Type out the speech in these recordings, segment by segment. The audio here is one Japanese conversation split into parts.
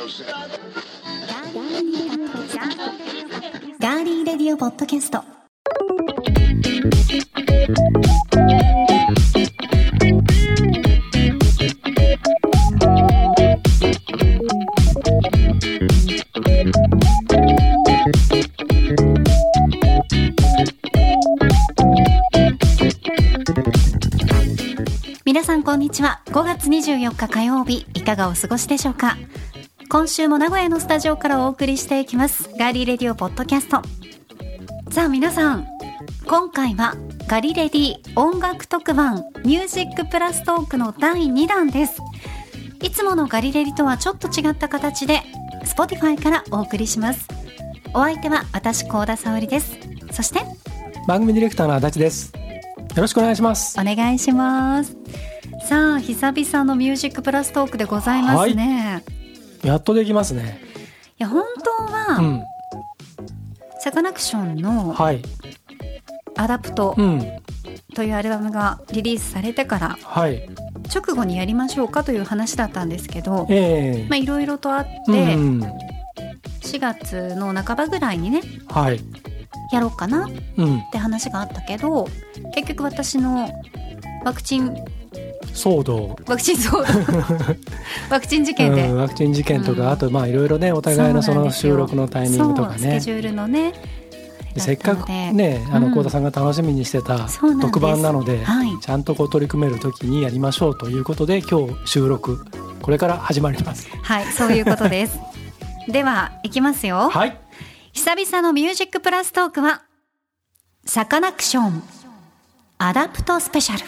ガーリーレディオポッドキャスト。皆さんこんにちは。5月24日火曜日、いかがお過ごしでしょうか。今週も名古屋のスタジオからお送りしていきますガーリーレディオポッドキャスト。さあ皆さん、今回はガリレディ音楽特番ミュージックプラストークの第2弾です。いつものガリレディとはちょっと違った形で Spotify からお送りします。お相手は私幸田沙織です。そして番組ディレクターの足立です。よろしくお願いします。 お願いします。さあ久々のミュージックプラストークでございますね、 はい、やっとできますね。 いや本当は、サカナクションのアダプトというアルバムがリリースされてから直後にやりましょうかという話だったんですけど、いろいろとあって、4月の半ばぐらいにね、やろうかなって話があったけど、結局私のワクチン事件で、 ワクチン事件とか、あといろいろね、お互いのその収録のタイミングとかね、 スケジュールのね、 せっかくね、幸田さんが楽しみにしてた特番なので、ちゃんと取り組める時にやりましょうということで、今日収録これから始まります。 はい、そういうことですでは行きますよ。 はい、 久々のミュージックプラストークはサカナクションアダプトスペシャル。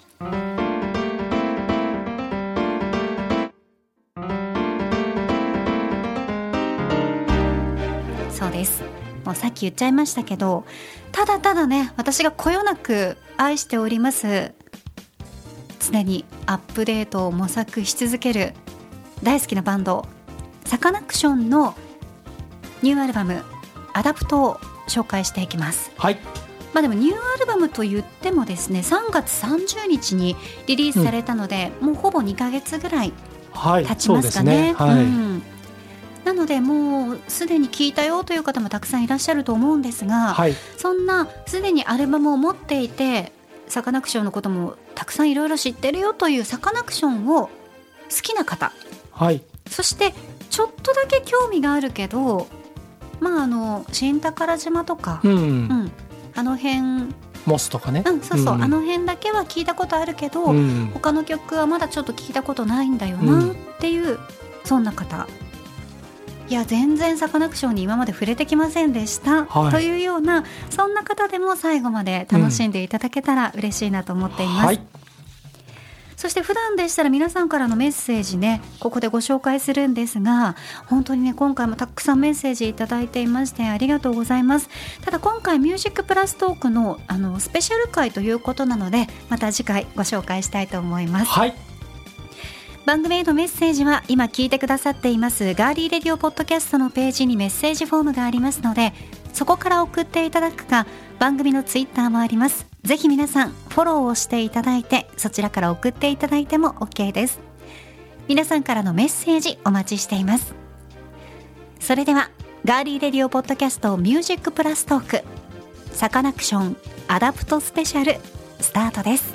そうです。もうさっき言っちゃいましたけど、ただただね、私がこよなく愛しております、常にアップデートを模索し続ける大好きなバンドサカナクションのニューアルバムアダプトを紹介していきます。 はい。 でもニューアルバムと言ってもですね、3月30日にリリースされたので、もうほぼ2ヶ月ぐらい経ちますかね。なのでもうすでに聴いたよという方もたくさんいらっしゃると思うんですが、そんなすでにアルバムを持っていてサカナクションのこともたくさんいろいろ知ってるよというサカナクションを好きな方、そしてちょっとだけ興味があるけど、新宝島とか、あの辺モスとかね、 あの辺だけは聞いたことあるけど、他の曲はまだちょっと聞いたことないんだよなっていう、そんな方、いや全然サカナクションに今まで触れてきませんでした、というような、そんな方でも最後まで楽しんでいただけたら嬉しいなと思っています。そして普段でしたら皆さんからのメッセージね、ここでご紹介するんですが、本当にね、今回もたくさんメッセージいただいていましてありがとうございます。ただ今回ミュージックプラストークの、スペシャル回ということなので、また次回ご紹介したいと思います。番組へのメッセージは今聞いてくださっていますガーリーレディオポッドキャストのページにメッセージフォームがありますので、そこから送っていただくか、番組のツイッターもあります。ぜひ皆さんフォローをしていただいて、そちらから送っていただいても OK です。皆さんからのメッセージお待ちしています。それではガーリーレディオポッドキャストミュージックプラストークサカナクションアダプトスペシャルスタートです。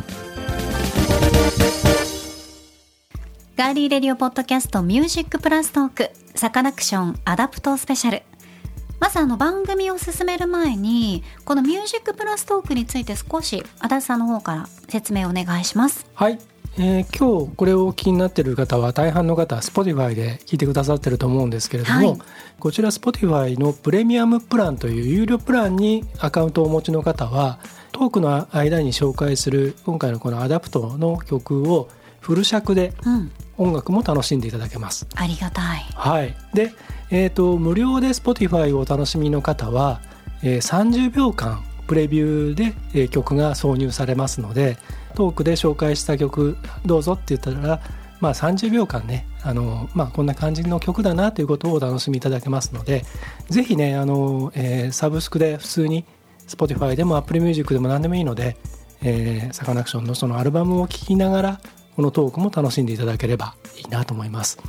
ガーリーレディオポッドキャストミュージックプラストークサカナクションアダプトスペシャル。まず番組を進める前に、このミュージックプラストークについて少し足立さんの方から説明お願いします。 今日これをお聞きになっている方は大半の方は Spotify で聞いてくださっていると思うんですけれども、こちら Spotify のプレミアムプランという有料プランにアカウントをお持ちの方は、トークの間に紹介する今回のこのアダプトの曲をフル尺で音楽も楽しんでいただけます。 ありがたい。 で、無料で Spotify をお楽しみの方は、30秒間プレビューで、曲が挿入されますので、トークで紹介した曲どうぞって言ったら、30秒間ね、こんな感じの曲だなということをお楽しみいただけますので、ぜひね、サブスクで普通に Spotify でも Apple Music でも何でもいいので、サカナクションのそのアルバムを聴きながらこのトークも楽しんでいただければいいなと思います。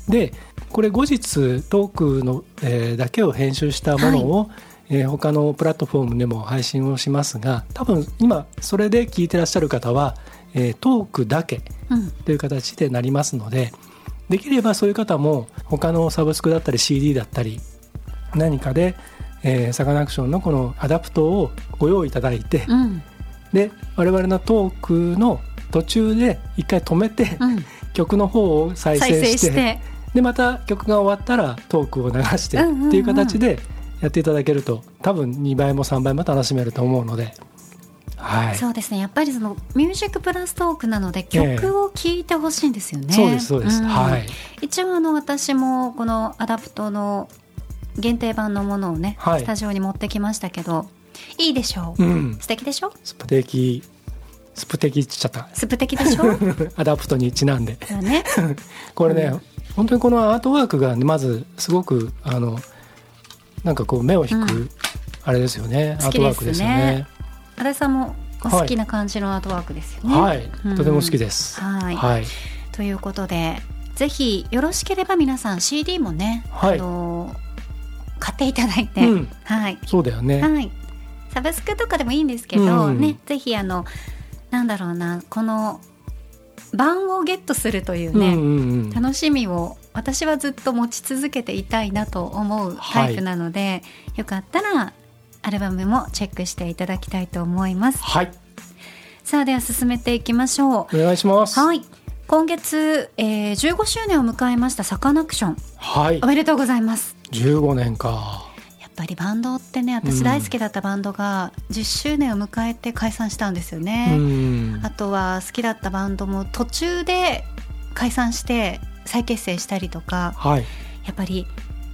でこれ後日トークの、だけを編集したものを、他のプラットフォームでも配信をしますが、多分今それで聞いてらっしゃる方は、トークだけという形でなりますので、できればそういう方も他のサブスクだったり CD だったり何かで、サカナクションのこのアダプトをご用意いただいて、で我々のトークの途中で一回止めて、曲の方を再生してでまた曲が終わったらトークを流してっていう形でやっていただけると、多分2倍も3倍も楽しめると思うので、 そうですね、やっぱりそのミュージックプラストークなので曲を聴いてほしいんですよね。 そうですそうです、 一応私もこのアダプトの限定版のものをね、スタジオに持ってきましたけど、いいでしょう、素敵でしょ。スプテキって言っちゃった。スプテキでしょアダプトにちなんで、これね、本当にこのアートワークが、ね、まずすごくなんかこう目を引く、あれですよね、アートワークですよね。 足立さんもお好きな感じのアートワークですよね。 とても好きです。 ということで、ぜひよろしければ皆さん CD もね、買っていただいて、 そうだよね、 サブスクとかでもいいんですけど、ぜひなんだろうな、この版をゲットするというね、楽しみを私はずっと持ち続けていたいなと思うタイプなので、よかったらアルバムもチェックしていただきたいと思います。さあでは進めていきましょう。お願いします。 今月、15周年を迎えましたサカナクション、おめでとうございます。 15年か。 やっぱりバンドってね、私大好きだったバンドが10周年を迎えて解散したんですよね。あとは好きだったバンドも途中で解散して再結成したりとか、やっぱり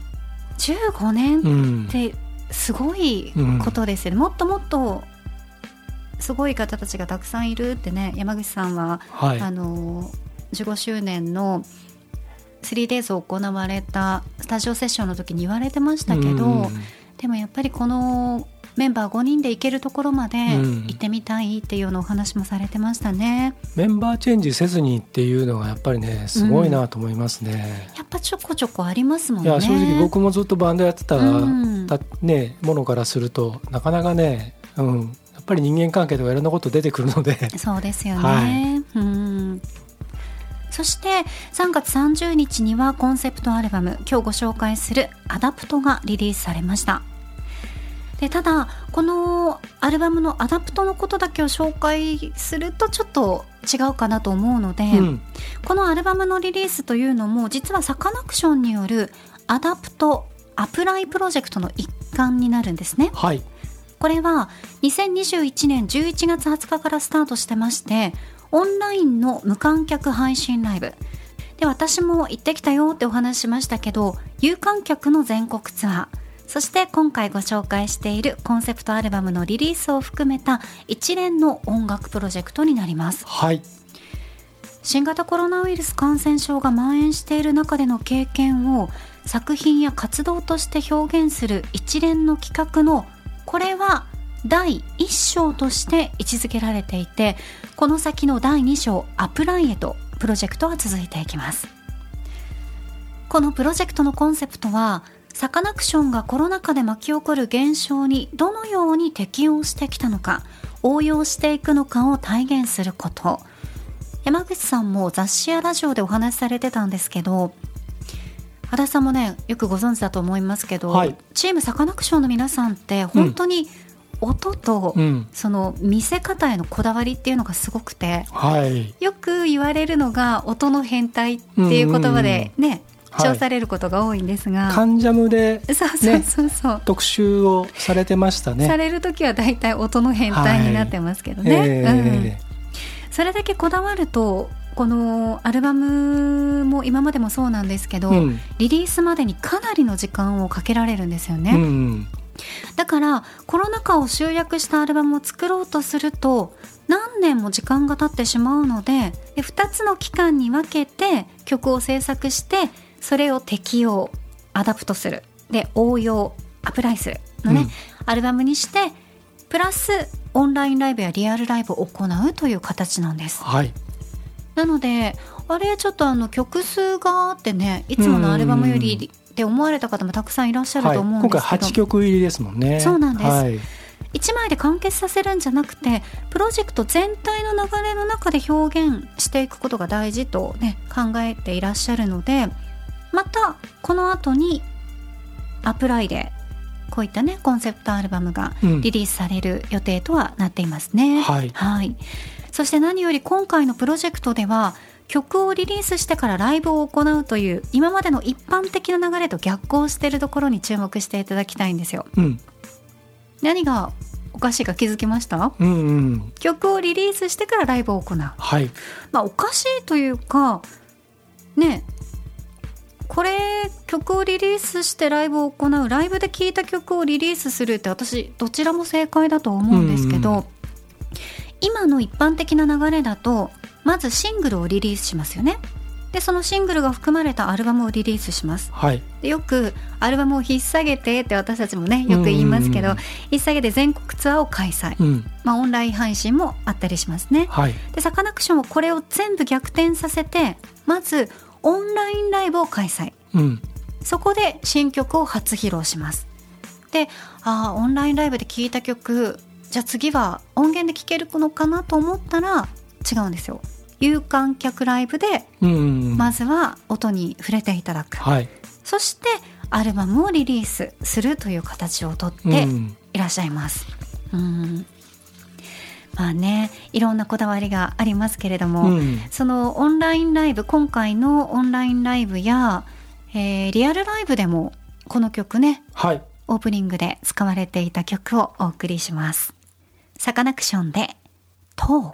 15年ってすごいことですよね。もっともっとすごい方たちがたくさんいるってね、山口さんは、15周年の 3days を行われたスタジオセッションの時に言われてましたけど、でもやっぱりこのメンバー5人で行けるところまで行ってみたいっていうようなお話もされてましたね。メンバーチェンジせずにっていうのがやっぱりね、すごいなと思いますね。 やっぱちょこちょこありますもんね。 いや正直僕もずっとバンドやってた、ね、ものからするとなかなかね、やっぱり人間関係とかいろんなこと出てくるのでそうですよね、そして3月30日にはコンセプトアルバム、今日ご紹介するアダプトがリリースされました。でただこのアルバムのアダプトのことだけを紹介するとちょっと違うかなと思うので、このアルバムのリリースというのも実はサカナクションによるアダプトアプライプロジェクトの一環になるんですね。これは2021年11月20日からスタートしてまして、オンラインの無観客配信ライブで、私も行ってきたよってお話しましたけど、有観客の全国ツアー、そして今回ご紹介しているコンセプトアルバムのリリースを含めた一連の音楽プロジェクトになります。新型コロナウイルス感染症が蔓延している中での経験を作品や活動として表現する一連の企画の、これは第1章として位置づけられていて、この先の第2章アプライへとプロジェクトは続いていきます。このプロジェクトのコンセプトは、サカナクションがコロナ禍で巻き起こる現象にどのように適応してきたのか、応用していくのかを体現すること。山口さんも雑誌やラジオでお話しされてたんですけど、足立さんもねよくご存知だと思いますけど、チームサカナクションの皆さんって本当に音と、その見せ方へのこだわりっていうのがすごくて、よく言われるのが音の変態っていう言葉でね、称されることが多いんですが、 カンジャムで、特集をされてましたね。 されるときはだいたい音の変態になってますけどね、それだけこだわると、このアルバムも今までもそうなんですけど、リリースまでにかなりの時間をかけられるんですよね、だからコロナ禍を集約したアルバムを作ろうとすると何年も時間が経ってしまうので、2つの期間に分けて曲を制作して、それを適用、アダプトする、で応用、アプライするのね、アルバムにして、プラスオンラインライブやリアルライブを行うという形なんです、 なのであれちょっと曲数があってね、いつものアルバムよりって思われた方もたくさんいらっしゃると思うんですけど、 今回8曲入りですもんね。 そうなんです、1枚で完結させるんじゃなくて、プロジェクト全体の流れの中で表現していくことが大事と、ね、考えていらっしゃるので、またこの後にアプライでこういったねコンセプトアルバムがリリースされる予定とはなっていますね、そして何より今回のプロジェクトでは曲をリリースしてからライブを行うという今までの一般的な流れと逆行しているところに注目していただきたいんですよ、何がおかしいか気づきました？曲をリリースしてからライブを行う、おかしいというかね、これ曲をリリースしてライブを行う、ライブで聴いた曲をリリースするって私どちらも正解だと思うんですけど、今の一般的な流れだとまずシングルをリリースしますよね。でそのシングルが含まれたアルバムをリリースします、でよくアルバムを引っ提げてって私たちもねよく言いますけど、引っ提げて全国ツアーを開催、オンライン配信もあったりしますね、でサカナクションはこれを全部逆転させて、まずオンラインライブを開催、そこで新曲を初披露します。でオンラインライブで聴いた曲、じゃあ次は音源で聴けるのかなと思ったら違うんですよ。有観客ライブでまずは音に触れていただく、そしてアルバムをリリースするという形をとっていらっしゃいます、いろんなこだわりがありますけれども、そのオンラインライブ、今回のオンラインライブや、リアルライブでもこの曲ね、オープニングで使われていた曲をお送りします。サカナクションでTOO。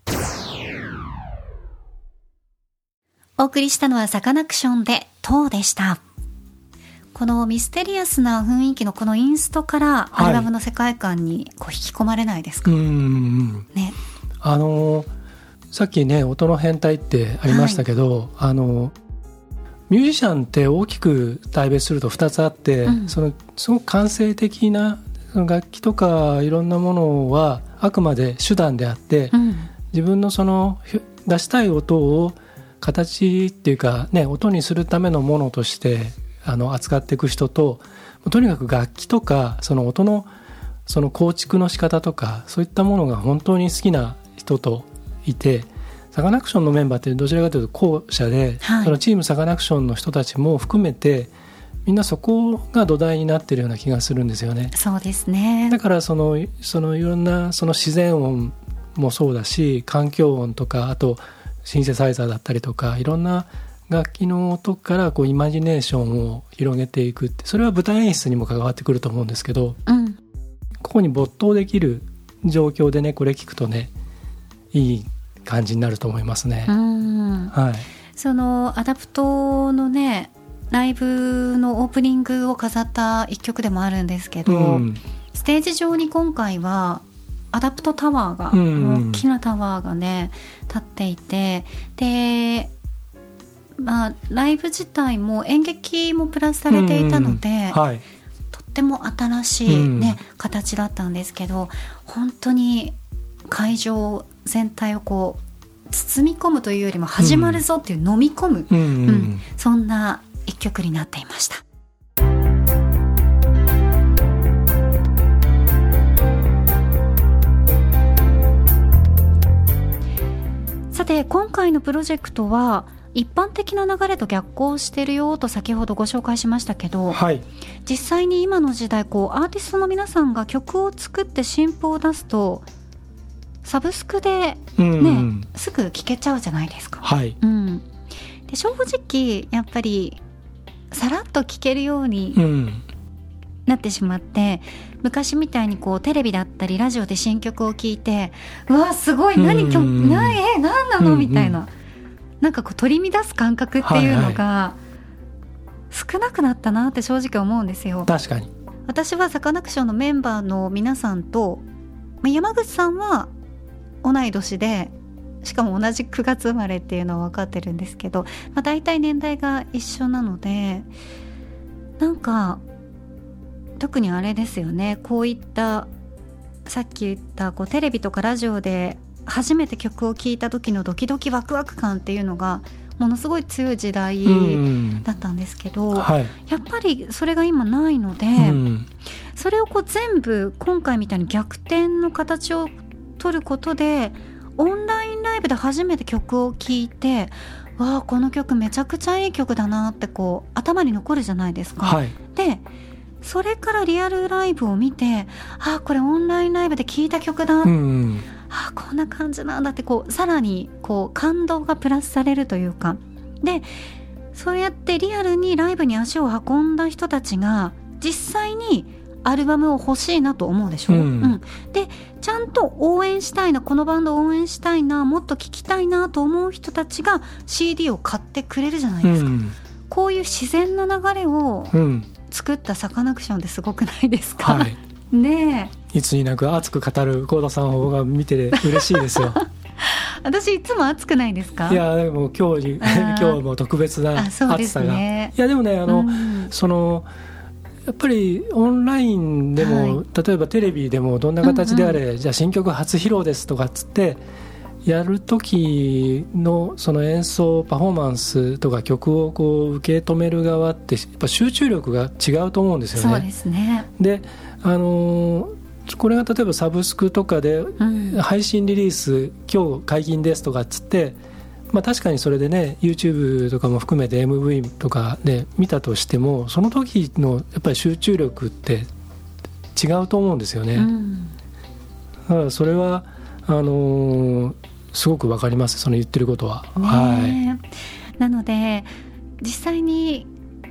お送りしたのはサカナクションでTOOでした。このミステリアスな雰囲気のこのインストからアルバムの世界観にこう引き込まれないですか？ね、 さっきね音の変態ってありましたけど、ミュージシャンって大きく大別すると2つあって、すごく感性的な楽器とかいろんなものはあくまで手段であって、自分のその出したい音を形っていうかね、音にするためのものとして扱っていく人と、とにかく楽器とかその音のその構築の仕方とかそういったものが本当に好きな人といて、サカナクションのメンバーってどちらかというと後者で、そのチームサカナクションの人たちも含めてみんなそこが土台になっているような気がするんですよね。 そうですね。 だからそのいろんなその自然音もそうだし、環境音とか、あとシンセサイザーだったりとか、いろんな楽器の音からこうイマジネーションを広げていくって、それは舞台演出にも関わってくると思うんですけど、ここに没頭できる状況でね、これ聞くとねいい感じになると思いますね。そのアダプトのねライブのオープニングを飾った一曲でもあるんですけど、ステージ上に今回はアダプトタワーが、大きなタワーがね立っていて、でライブ自体も演劇もプラスされていたので、とっても新しい、形だったんですけど、本当に会場全体をこう包み込むというよりも始まるぞっていう飲み込む、そんな一曲になっていました。さて今回のプロジェクトは一般的な流れと逆行してるよと先ほどご紹介しましたけど、実際に今の時代こうアーティストの皆さんが曲を作って新譜を出すとサブスクで、すぐ聴けちゃうじゃないですか。で正直やっぱりさらっと聴けるようになってしまって、昔みたいにこうテレビだったりラジオで新曲を聴いて、うわすごい何なのみたいな、なんかこう取り乱す感覚っていうのが少なくなったなって正直思うんですよ。 確かに私はサカナクションのメンバーの皆さんと、山口さんは同い年でしかも同じ9月生まれっていうのは分かってるんですけど、大体年代が一緒なので、なんか特にあれですよね、こういったさっき言ったこうテレビとかラジオで初めて曲を聴いた時のドキドキワクワク感っていうのがものすごい強い時代だったんですけど、 はい、 やっぱりそれが今ないので、それをこう全部今回みたいに逆転の形を取ることでオンラインライブで初めて曲を聴いて、わあこの曲めちゃくちゃいい曲だなってこう頭に残るじゃないですか、 はい、 でそれからリアルライブを見て、あこれオンラインライブで聴いた曲だ、あこんな感じなんだってこうさらにこう感動がプラスされるというか、でそうやってリアルにライブに足を運んだ人たちが実際にアルバムを欲しいなと思うでしょ、でちゃんと応援したいな、このバンドを応援したいな、もっと聴きたいなと思う人たちが CD を買ってくれるじゃないですか、こういう自然な流れを作ったサカナクションってすごくないですか、はい、ねえ、いつになく熱く語る幸田さんを見て嬉しいですよ私いつも熱くないですか？ いやでも今日はもう特別な熱さが、いやでもねそのやっぱりオンラインでも、例えばテレビでもどんな形であれ、じゃあ新曲初披露ですとかっつってやる時のその演奏パフォーマンスとか曲をこう受け止める側ってやっぱ集中力が違うと思うんですよね。 そうですね。 でこれが例えばサブスクとかで配信リリース、今日解禁ですとかっつって、確かにそれでね YouTube とかも含めて MV とかで見たとしても、その時のやっぱり集中力って違うと思うんですよね、だからそれはすごくわかります、その言ってることは、 なので実際に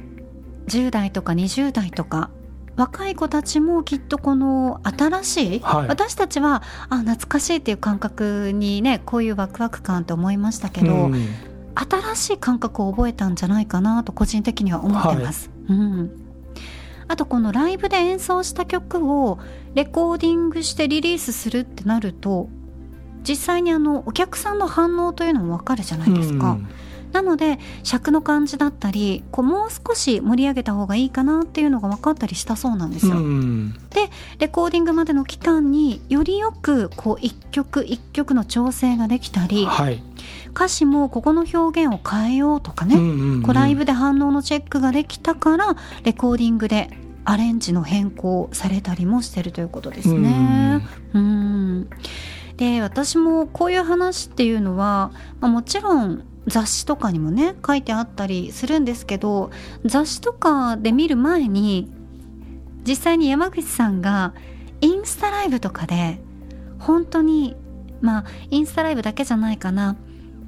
10代とか20代とか若い子たちもきっとこの新しい、私たちは懐かしいっていう感覚にね、こういうワクワク感って思いましたけど、新しい感覚を覚えたんじゃないかなと個人的には思ってます、あとこのライブで演奏した曲をレコーディングしてリリースするってなると、実際にお客さんの反応というのも分かるじゃないですか、なので尺の感じだったりもう少し盛り上げた方がいいかなっていうのが分かったりしたそうなんですよ、でレコーディングまでの期間によりよく一曲一曲の調整ができたり、歌詞もここの表現を変えようとかね、ライブで反応のチェックができたからレコーディングでアレンジの変更されたりもしてるということですね。で私もこういう話っていうのは、もちろん雑誌とかにもね書いてあったりするんですけど、雑誌とかで見る前に実際に山口さんがインスタライブとかで本当にインスタライブだけじゃないかな、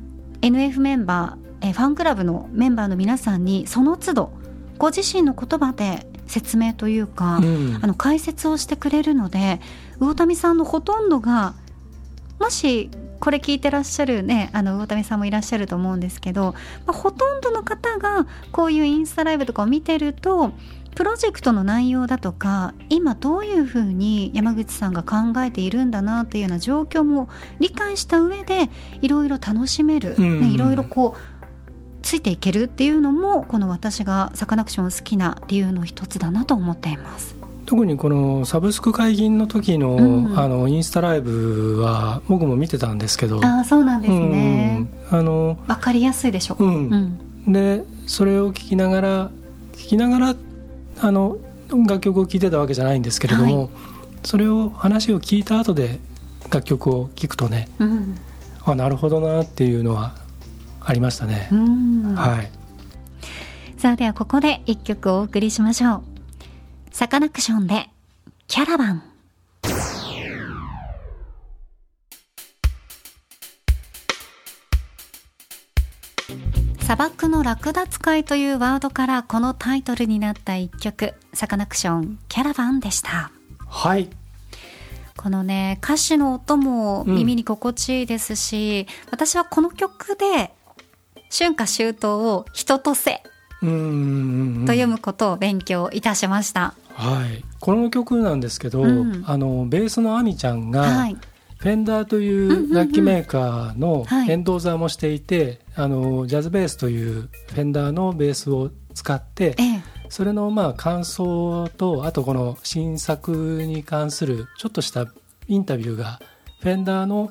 NF メンバー、ファンクラブのメンバーの皆さんにその都度ご自身の言葉で説明というか、解説をしてくれるので、魚民さんのほとんどが、もしこれ聞いてらっしゃるね、魚民さんもいらっしゃると思うんですけど、ほとんどの方がこういうインスタライブとかを見てると、プロジェクトの内容だとか今どういうふうに山口さんが考えているんだなっていうような状況も理解した上でいろいろ楽しめる、いろいろついていけるっていうのも、この私がサカナクション好きな理由の一つだなと思っています。 特にこのサブスク解禁の時の、インスタライブは僕も見てたんですけど、 そうなんですね、分かりやすいでしょ、 でそれを聞きながら楽曲を聴いてたわけじゃないんですけれども、それを話を聞いた後で楽曲を聴くとね、なるほどなっていうのはありましたね。 さあではここで一曲お送りしましょう。サカナクションでキャラバン。砂漠の略奪会というワードからこのタイトルになった一曲、サカナクションキャラバンでした。このね歌詞の音も耳に心地いいですし、私はこの曲で春夏秋冬を人とせと読むことを勉強いたしました。 この曲なんですけど、ベースのアミちゃんが、フェンダーという楽器メーカーのエンドーザーもしていて、ジャズベースというフェンダーのベースを使って、それの感想と、あとこの新作に関するちょっとしたインタビューがフェンダーの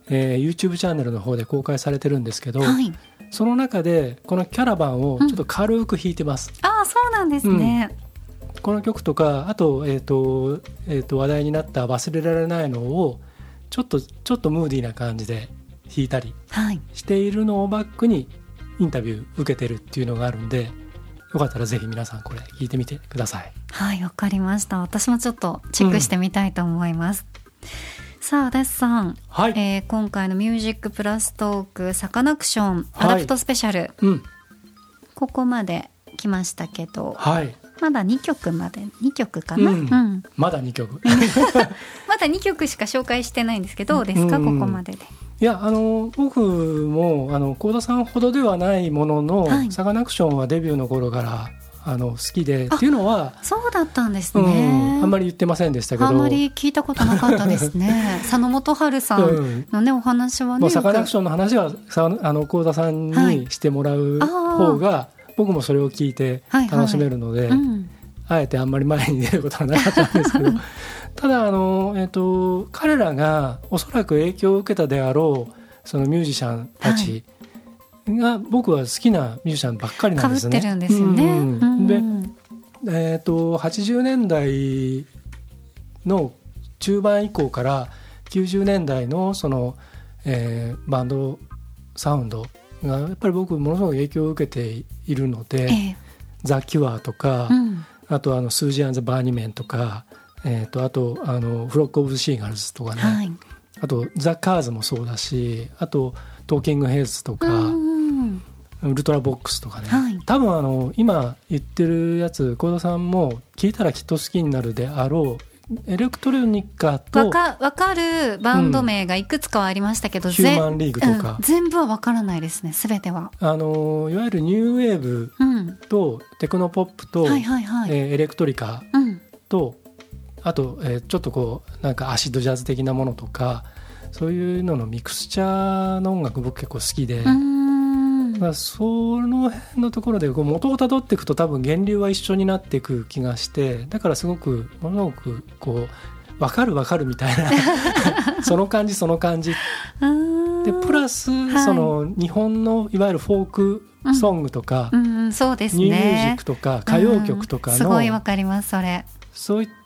YouTube チャンネルの方で公開されてるんですけど、 はい、 その中でこのキャラバンをちょっと軽く弾いてます、 ああそうなんですね、 この曲とかあと、話題になった忘れられないのをちょっとムーディーな感じで弾いたりしているのをバックにインタビュー受けてるっていうのがあるんで、よかったらぜひ皆さんこれ聞いてみてください。 はい、わかりました。私もちょっとチェックしてみたいと思います、さあ足立さん、はい、今回のミュージックプラストークサカナクションアダプトスペシャル、ここまで来ましたけど、まだ2曲まで2曲かな、 まだ2曲まだ2曲しか紹介してないんですけど、どうですか、ここまでで。 いや僕も幸田さんほどではないものの、サカナクションはデビューの頃から好きでっていうのはそうだったんですね、 あんまり言ってませんでしたけど、 あんまり聞いたことなかったですね佐野元春さんのね、お話はね、 サカナクションの話は幸田さんにしてもらう方が、僕もそれを聞いて楽しめるので、あえてあんまり前に出ることはなかったんですけどただ彼らがおそらく影響を受けたであろうそのミュージシャンたちが僕は好きなミュージシャンばっかりなんですね。 被ってるんですよね、 で、80年代の中盤以降から90年代のその、バンドサウンドがやっぱり僕ものすごく影響を受けているので、ザ・キュアとか、あとスージー・アンド・ザ・バーニメンとか、あとフロック・オブ・シーガルズとかね、あとザ・カーズもそうだし、あとトーキング・ヘイズとか、ウルトラボックスとかね、多分今言ってるやつ幸田さんも聞いたらきっと好きになるであろうエレクトロニカとわかるバンド名がいくつかはありましたけど、 ヒューマンリーグとか、 全部はわからないですね、すべては。 いわゆるニューウェーブとテクノポップと、エレクトリカと、あと、ちょっとこうなんかアシッドジャズ的なものとか、そういうののミクスチャーの音楽僕結構好きで、その辺のところでこう元をたどっていくと多分源流は一緒になっていく気がして、だからすごくものすごくこう分かるみたいなその感じで、プラスその日本のいわゆるフォークソングとか、 そうですね、 ニューミュージックとか歌謡曲とかの、 すごいわかりますそれ。 そういった、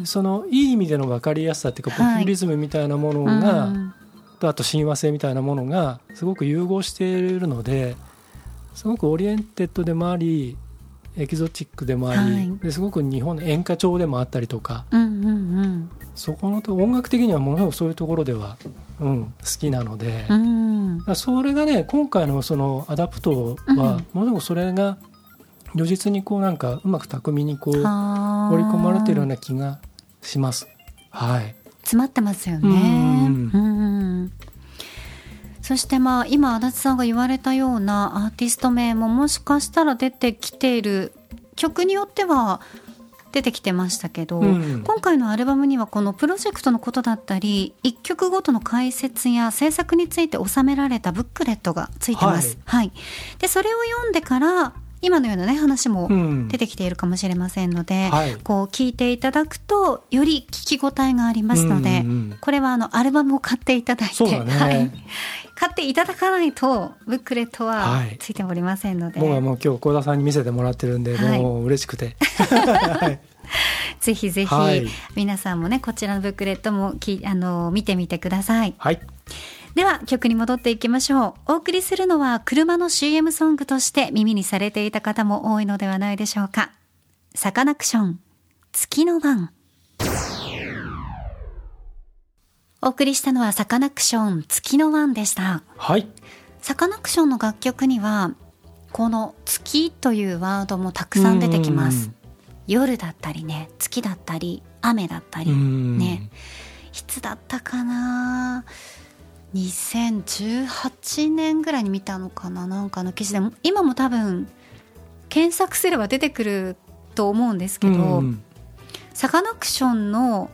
そのいい意味での分かりやすさっていうか、ポピュリズムみたいなものが、あと親和性みたいなものがすごく融合しているので、すごくオリエンテッドでもありエキゾチックでもあり、ですごく日本の演歌調でもあったりとか、そこの音楽的にはものすごくそういうところでは、好きなので、それがね今回のそのアダプトは、ものすごくそれが如実にこうなんかうまく巧みにこう織り込まれているような気がします。 詰まってますよね。そして今足立さんが言われたようなアーティスト名ももしかしたら出てきている、曲によっては出てきてましたけど、今回のアルバムにはこのプロジェクトのことだったり1曲ごとの解説や制作について収められたブックレットがついてます、でそれを読んでから今のようなね話も出てきているかもしれませんので、こう聞いていただくとより聞き応えがありますので、これはアルバムを買っていただいて、買っていただかないとブックレットはついておりませんので、 僕はもう今日幸田さんに見せてもらってるんで、もう嬉しくてぜひぜひ、皆さんもねこちらのブックレットも見てみてください。では曲に戻っていきましょう。お送りするのは車の CM ソングとして耳にされていた方も多いのではないでしょうか。サカナクション月の晩。お送りしたのはサカナクション月の晩でした。サカナクションの楽曲にはこの月というワードもたくさん出てきます。夜だったりね、月だったり雨だったりね、いつだったかな、2018年ぐらいに見たのかな、なんかの記事でも今も多分検索すれば出てくると思うんですけど、サカナクションの、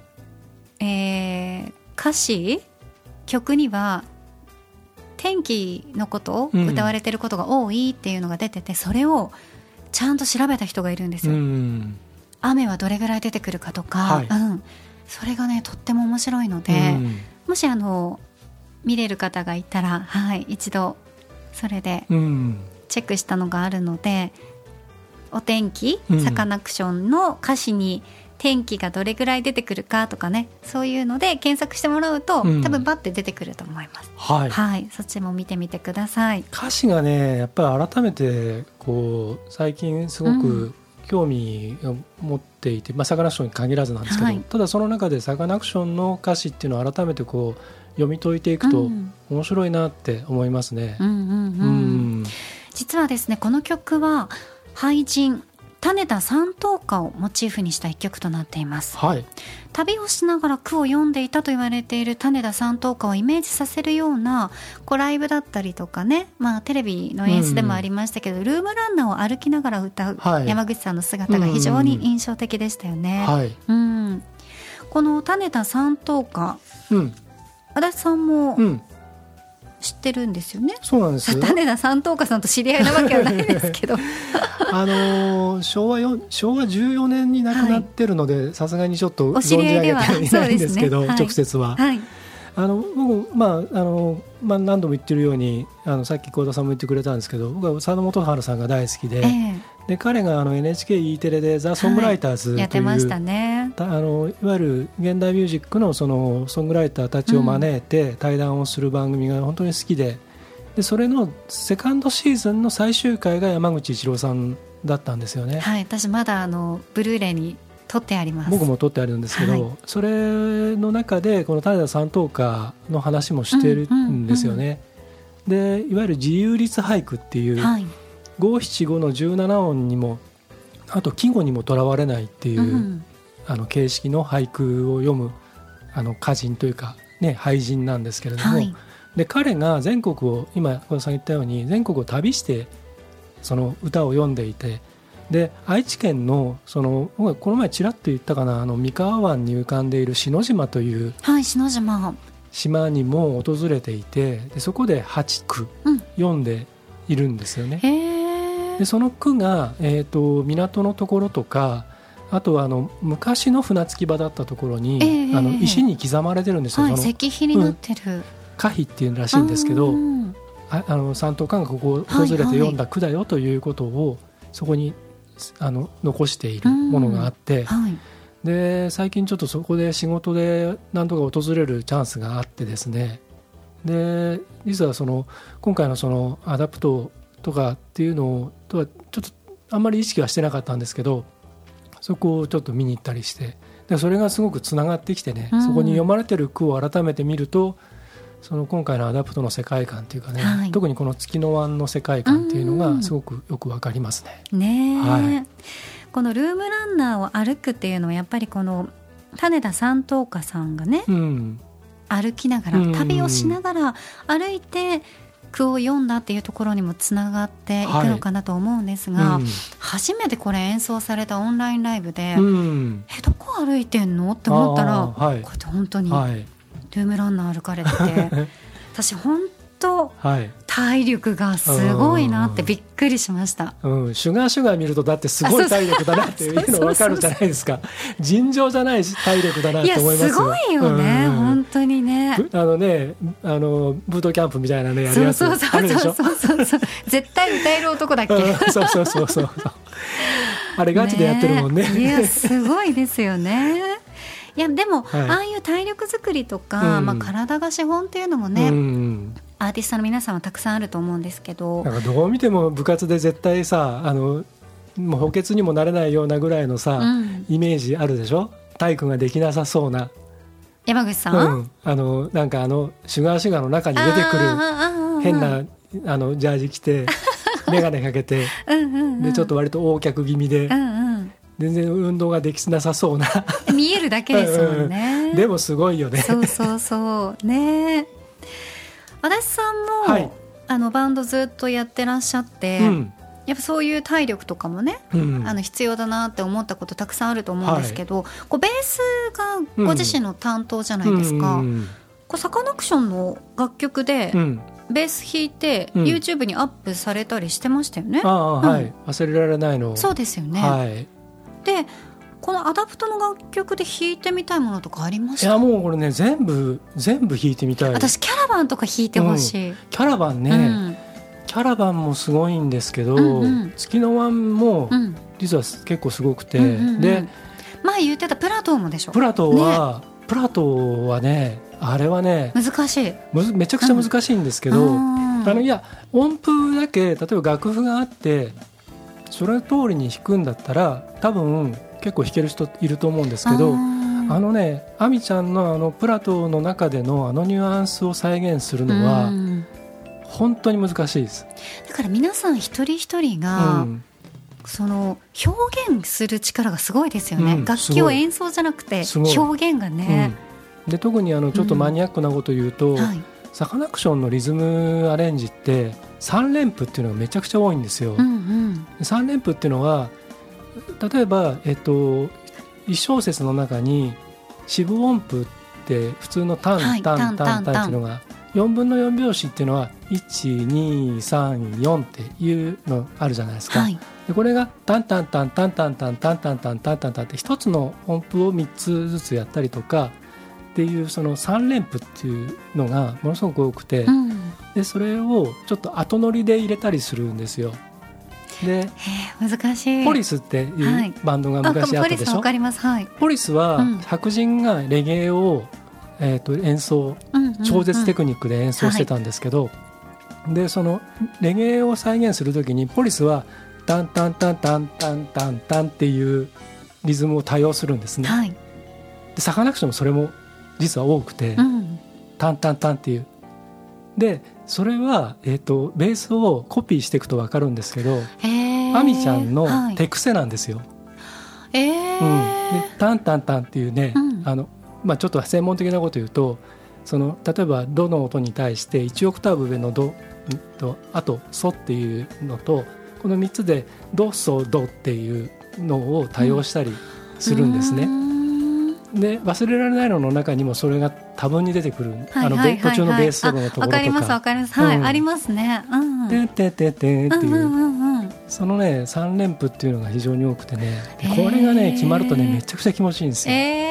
歌詞曲には天気のことを歌われてることが多いっていうのが出てて、それをちゃんと調べた人がいるんですよ。雨はどれぐらい出てくるかとか、それがねとっても面白いので、もし見れる方がいたら、はい、一度それでチェックしたのがあるので、お天気、サカナクションの歌詞に天気がどれぐらい出てくるかとかね、そういうので検索してもらうと、多分バッて出てくると思います、 はいはい、そっちも見てみてください。 歌詞がねやっぱり改めてこう最近すごく興味を持っていて、サカナクションに限らずなんですけど、ただその中でサカナクションの歌詞っていうのを改めてこう読み解いていくと面白いなって思いますね。 実はですね、この曲は俳人種田山頭火をモチーフにした一曲となっています、はい、旅をしながら句を読んでいたと言われている種田山頭火をイメージさせるようなライブだったりとかね、テレビの演出でもありましたけど、ルームランナーを歩きながら歌う山口さんの姿が非常に印象的でしたよね、はい、この種田山頭火、足立さんも、知ってるんですよね。 そうなんですよ。 種田山頭火さんと知り合いなわけはないですけど昭和14年に亡くなってるので、さすがにちょっと存じ上げていないんですけど、直接は、はい、僕、何度も言ってるようにさっき幸田さんも言ってくれたんですけど、僕は佐野元春さんが大好きで、で彼がNHKE テレでザ・ソングライターズという、 やってましたね。 いわゆる現代ミュージックのそのソングライターたちを招いて対談をする番組が本当に好きで、それのセカンドシーズンの最終回が山口一郎さんだったんですよね。 はい、私まだブルーレイに撮ってあります。 僕も撮ってあるんですけど、はい、それの中でこの種田山頭火の話もしてるんですよね、でいわゆる自由律俳句っていう、五七五の17音にもあと季語にもとらわれないっていう、形式の俳句を読む歌人というか、俳人なんですけれども、で彼が全国を今小田さん言ったように全国を旅してその歌を読んでいて、で愛知県の僕はこの前ちらっと言ったかな、三河湾に浮かんでいる篠島という、 篠島にも訪れていて、でそこで8句読んでいるんですよね、でその句が、港のところとか、あとは昔の船着き場だったところに、石に刻まれてるんですよ、 石碑になってる、 歌碑っていうらしいんですけど、山頭火がここを訪れて読んだ句だよということをそこに残しているものがあって、で最近ちょっとそこで仕事で何度か訪れるチャンスがあってですね、で実は今回のアダプトとかっていうのとはちょっとあんまり意識はしてなかったんですけど、そこをちょっと見に行ったりして、でそれがすごくつながってきてね、そこに読まれてる句を改めて見ると今回のアダプトの世界観っていうかね、特にこの月の湾の世界観っていうのがすごくよくわかりますね。 このルームランナーを歩くっていうのはやっぱりこの種田山頭火さんがね、歩きながら旅をしながら歩いて句を読んだっていうところにもつながっていくのかなと思うんですが、初めてこれ演奏されたオンラインライブで、どこ歩いてんのって思ったら、こうやって本当にルームランナー歩かれてて私本当、体力がすごいなってびっくりしました、 シュガー見るとだってすごい体力だなっていうの分かるじゃないですか。尋常じゃない体力だなって思いますよ。 すごいよね、本当にね。 ブートキャンプみたいなねやるやつあるでしょ。 絶対歌える男だっけ、 そうあれガチでやってるもんね。 いやすごいですよね。いやでも、ああいう体力作りとか、体が資本っていうのもね、アーティストの皆さんはたくさんあると思うんですけど、 なんかどう見ても部活で絶対さもう補欠にもなれないようなぐらいのさ、イメージあるでしょ。体育ができなさそうな山口さん、 なんかシュガーの中に出てくる変なジャージ着て眼鏡かけてでちょっと割と横脚気味で、全然運動ができなさそうな見えるだけですもんね。 でもすごいよね。 そうね。足立さんも、バンドずっとやってらっしゃって、やっぱそういう体力とかもね、必要だなって思ったことたくさんあると思うんですけど、ベースがご自身の担当じゃないですか。サカナクションの楽曲で、ベース弾いて YouTube にアップされたりしてましたよね。 忘れられないの。 そうですよね。でこのアダプトの楽曲で弾いてみたいものとかありました？ いやもうこれね全部弾いてみたい。 私キャラバンとか弾いてほしい、 キャラバンね、キャラバンもすごいんですけど、月のワンも実は結構すごくて、で前言ってたプラトーもでしょ。 プラトーはねあれはね難しい、 めちゃくちゃ難しいんですけど、いや音符だけ例えば楽譜があってそれ通りに弾くんだったら多分結構弾ける人いると思うんですけど、アミちゃんのプラトーの中でのニュアンスを再現するのは本当に難しいです。 だから皆さん一人一人が、その表現する力がすごいですよね、楽器を演奏じゃなくて表現がね、 で特にちょっとマニアックなこと言うと、サカナクションのリズムアレンジって3連符っていうのがめちゃくちゃ多いんですよ、3連符っていうのは例えば、1小節の中に四分音符って普通のタンタンタンタンっていうのが4分の4拍子っていうのは 1,2,3,4 っていうのあるじゃないですか、でこれがタンタンタンタンタンタンタンタンタンタンタンタンって一つの音符を3つずつやったりとかっていうその3連符っていうのがものすごく多くて、でそれをちょっと後乗りで入れたりするんですよ。で難しい。 ポリスっていうバンドが昔あったでしょ。ポリスわかります、ポリスは白人がレゲエを、演奏、超絶テクニックで演奏してたんですけど、でそのレゲエを再現するときにポリスはタンタンタンタンタンタンタンっていうリズムを多用するんですね、でサカナクションもそれも実は多くて、タンタンタンっていうでそれは、ベースをコピーしていくと分かるんですけど、アミちゃんの手癖なんですよ、でタンタンタンっていうね、ちょっと専門的なこと言うとその例えばドの音に対して1オクターブ上のドとあとソっていうのとこの3つでドソドっていうのを多用したりするんですね、で忘れられないのの中にもそれが多分に出てくる、途中のベースソロのところとか、 わかりますわかります、ありますね、 ててててっていう、そのね3連符っていうのが非常に多くてね、これがね決まるとねめちゃくちゃ気持ちいいんですよ、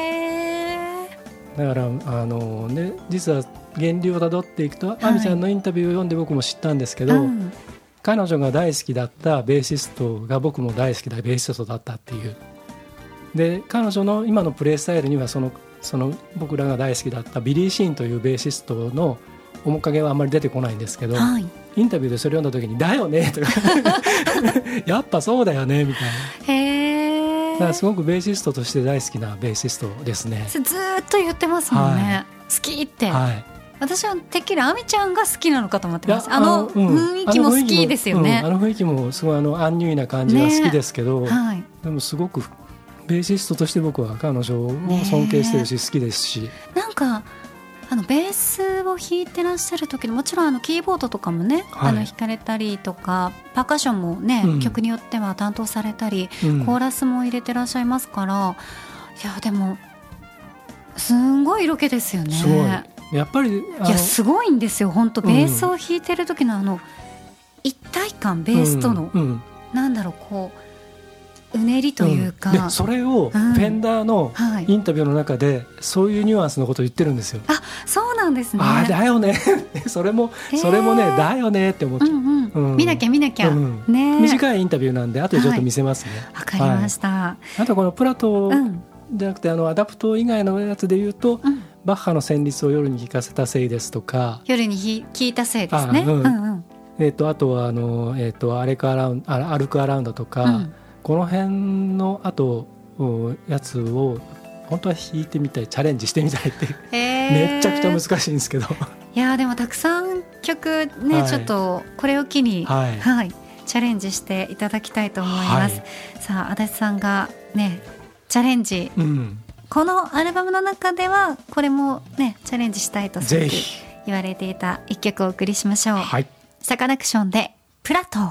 だから実は源流をたどっていくと、アミちゃんのインタビューを読んで僕も知ったんですけど、彼女が大好きだったベーシストが僕も大好きなベーシストだったっていう。で彼女の今のプレイスタイルにはその僕らが大好きだったビリー・シーンというベーシストの面影はあんまり出てこないんですけど、インタビューでそれ読んだ時にだよねとかやっぱそうだよねみたいな。だからすごくベーシストとして大好きなベーシストですね。 ずっと言ってますもんね、好きって、私はてっきりアミちゃんが好きのかと思ってます。雰囲気も好きですよね、 雰囲気もすごいアンニュイな感じが好きですけど、でもすごくベーシストとして僕は彼女を尊敬してるし好きですし、 なんかベースを弾いてらっしゃる時にもちろんキーボードとかもね、弾かれたりとかパーカッションもね、曲によっては担当されたり、コーラスも入れてらっしゃいますから、いやでもすんごい色気ですよね。 すごいやっぱりすごいんですよ本当、ベースを弾いてる時の一体感、ベースとの、なんだろうこううねりというか、 でそれをフェンダーのインタビューの中でそういうニュアンスのことを言ってるんですよ。 そうなんですね。 だよねそれもねだよねって思っちゃう、 見なきゃ、ね、 短いインタビューなんで後でちょっと見せますね。 わかりました、 あとこのプラトじゃなくてアダプト以外のやつで言うと、バッハの旋律を夜に聴かせたせいですとか、 夜に聴いたせいですね、 あとは歩くアラウンドとか、この辺のやつを本当は弾いてみたい、チャレンジしてみたいってめちゃくちゃ難しいんですけどいやでもたくさん曲ね、ちょっとこれを機に、チャレンジしていただきたいと思います、さあ足立さんがねチャレンジ、このアルバムの中ではこれもねチャレンジしたいとぜひ言われていた一曲をお送りしましょう、サカナクションでプラトー。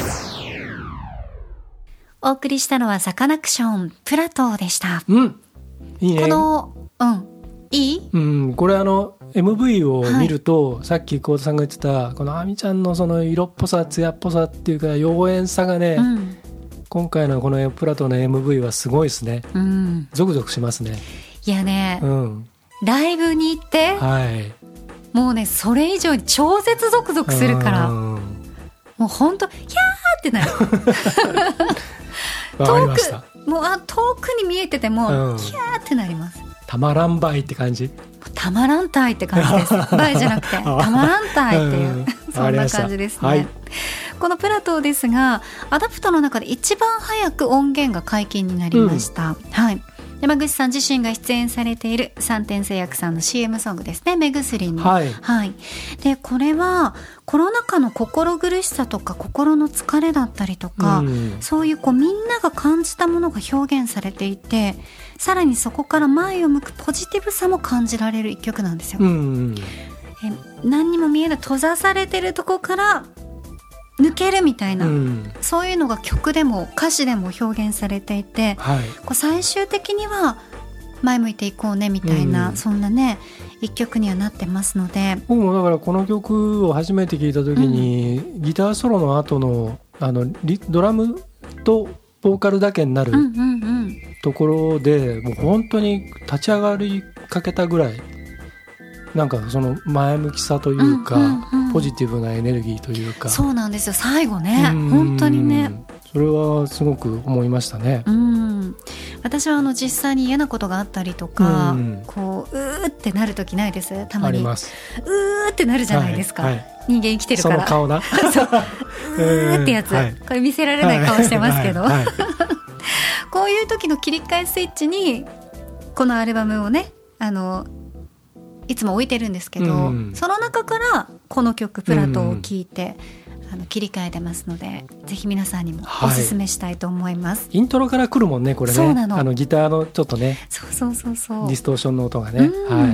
お送りしたのはサカナクションプラトーでした。 いいね。 いい？ これMV を見ると、さっき幸田さんが言ってたこのアミちゃんのその色っぽさ艶っぽさっていうか妖艶さがね、 今回のこのプラトの MV はすごいですね、 うん、 ゾクゾクしますね。 いやね、 うん、 ライブに行って、 はい、 もうねそれ以上に超絶ゾクゾクするから、もうほんとヒャーってなるわかりました。 もう遠くに見えてても、ヒャーってなります。 たまらんばいって感じ。 たまらんたいって感じですバイじゃなくてたまらんたいっていうそんな感じですね、はい、このプラトーですがアダプトの中で一番早く音源が解禁になりました、はい、山口さん自身が出演されている三天製薬さんの CM ソングですね、目薬の、はいはい、でこれはコロナ禍の心苦しさとか心の疲れだったりとか、そういうみんなが感じたものが表現されていて、さらにそこから前を向くポジティブさも感じられる一曲なんですよ、何にも見えない閉ざされてるとこから抜けるみたいな、そういうのが曲でも歌詞でも表現されていて、はい、最終的には前向いていこうねみたいな、そんなね一曲にはなってますので、 僕もだからこの曲を初めて聞いた時に、ギターソロの後のドラムとボーカルだけになるところで、もう本当に立ち上がりかけたぐらいなんかその前向きさというか、ポジティブなエネルギーというか、 そうなんですよ最後ね、本当にねそれはすごく思いましたね。 私は実際に嫌なことがあったりとか、うーってなる時ないです？たまにあります。うーってなるじゃないですか、はいはい、人間生きてるからその顔なそううーってやつ、はい、これ見せられない顔してますけど、はいはいはい、こういう時の切り替えスイッチにこのアルバムをねいつも置いてるんですけど、その中からこの曲プラトを聴いて、切り替えてますので、ぜひ皆さんにもおすすめしたいと思います、はい、 イントロから来るもんねこれね。 そうなの、 ギターのちょっとね、 そうディストーションの音がね、はい。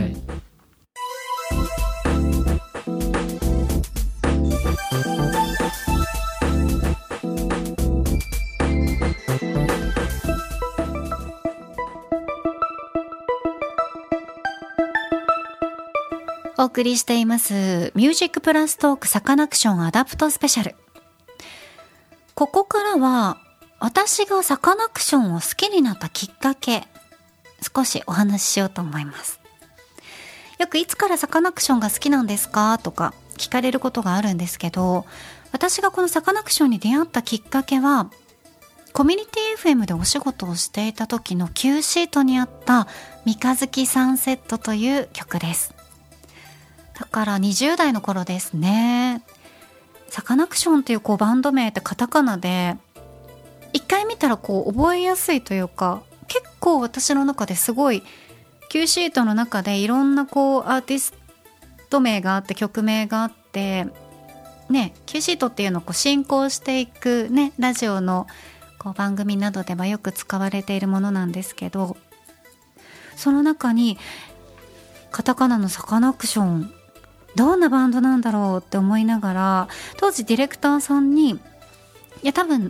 お送りしていますミュージックプラストークサカナクションアダプトスペシャル。ここからは私がサカナクションを好きになったきっかけ、少しお話ししようと思います。よくいつからサカナクションが好きなんですかとか聞かれることがあるんですけど、私がこのサカナクションに出会ったきっかけはコミュニティ FM でお仕事をしていた時の Q シートにあった三日月サンセットという曲です。だから20代の頃ですね。サカナクションっていうバンド名ってカタカナで一回見たら覚えやすいというか、結構私の中ですごい Q シートの中でいろんなアーティスト名があって曲名があってね、Q シートっていうのを進行していくね、ラジオの番組などではよく使われているものなんですけど、その中にカタカナのサカナクションどんなバンドなんだろうって思いながら、当時ディレクターさんにいや多分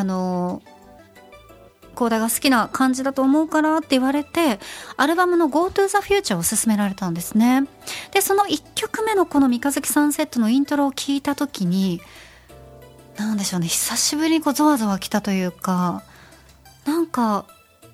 コーダが好きな感じだと思うからって言われて、アルバムの Go to the Future を勧められたんですね。でその1曲目のこの三日月サンセットのイントロを聞いた時に、なんでしょうね、久しぶりにゾワゾワ来たというか、なんか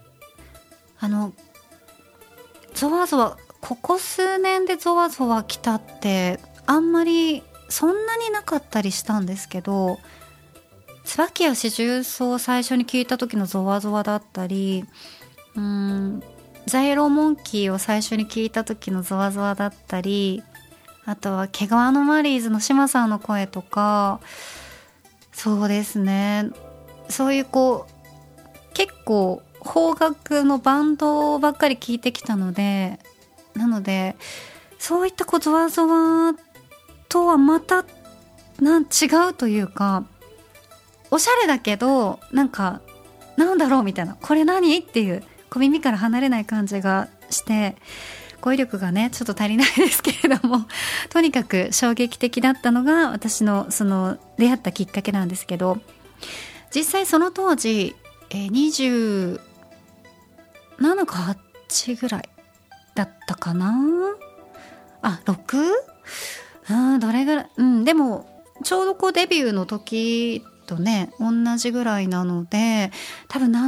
ゾワゾワ、ここ数年でゾワゾワ来たってあんまりそんなになかったりしたんですけど、椿や四重奏を最初に聞いた時のゾワゾワだったり、ザイエローモンキーを最初に聞いた時のゾワゾワだったり、あとは毛皮のマリーズの島さんの声とか、そうですね、そういう結構邦楽のバンドばっかり聞いてきたので、なのでそういったゾワゾワとはまた違うというか、おしゃれだけどなんだろうみたいな、これ何っていう耳から離れない感じがして、語彙力がねちょっと足りないですけれども、とにかく衝撃的だったのが私のその出会ったきっかけなんですけど、実際その当時、27か8ぐらいだったかな、6？ どれぐらい、でもちょうどデビューの時とね同じぐらいなので、多分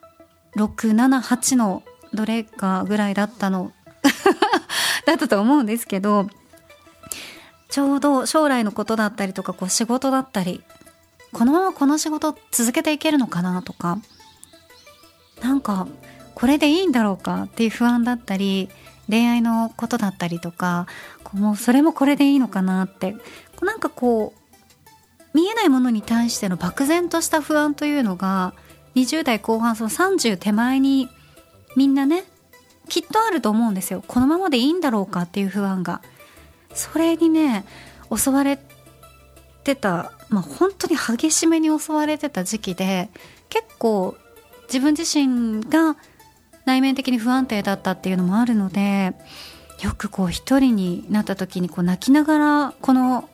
678のどれかぐらいだったのだったと思うんですけど、ちょうど将来のことだったりとか、こう仕事だったり、このままこの仕事続けていけるのかなとか、なんかこれでいいんだろうかっていう不安だったり、恋愛のことだったりとか、もうそれもこれでいいのかなって、なんかこう見えないものに対しての漠然とした不安というのが20代後半、その30手前にみんなねきっとあると思うんですよ。このままでいいんだろうかっていう不安が、それにね襲われてた、本当に激しめに襲われてた時期で、結構自分自身が内面的に不安定だったっていうのもあるので、よくこう一人になった時にこう泣きながらこの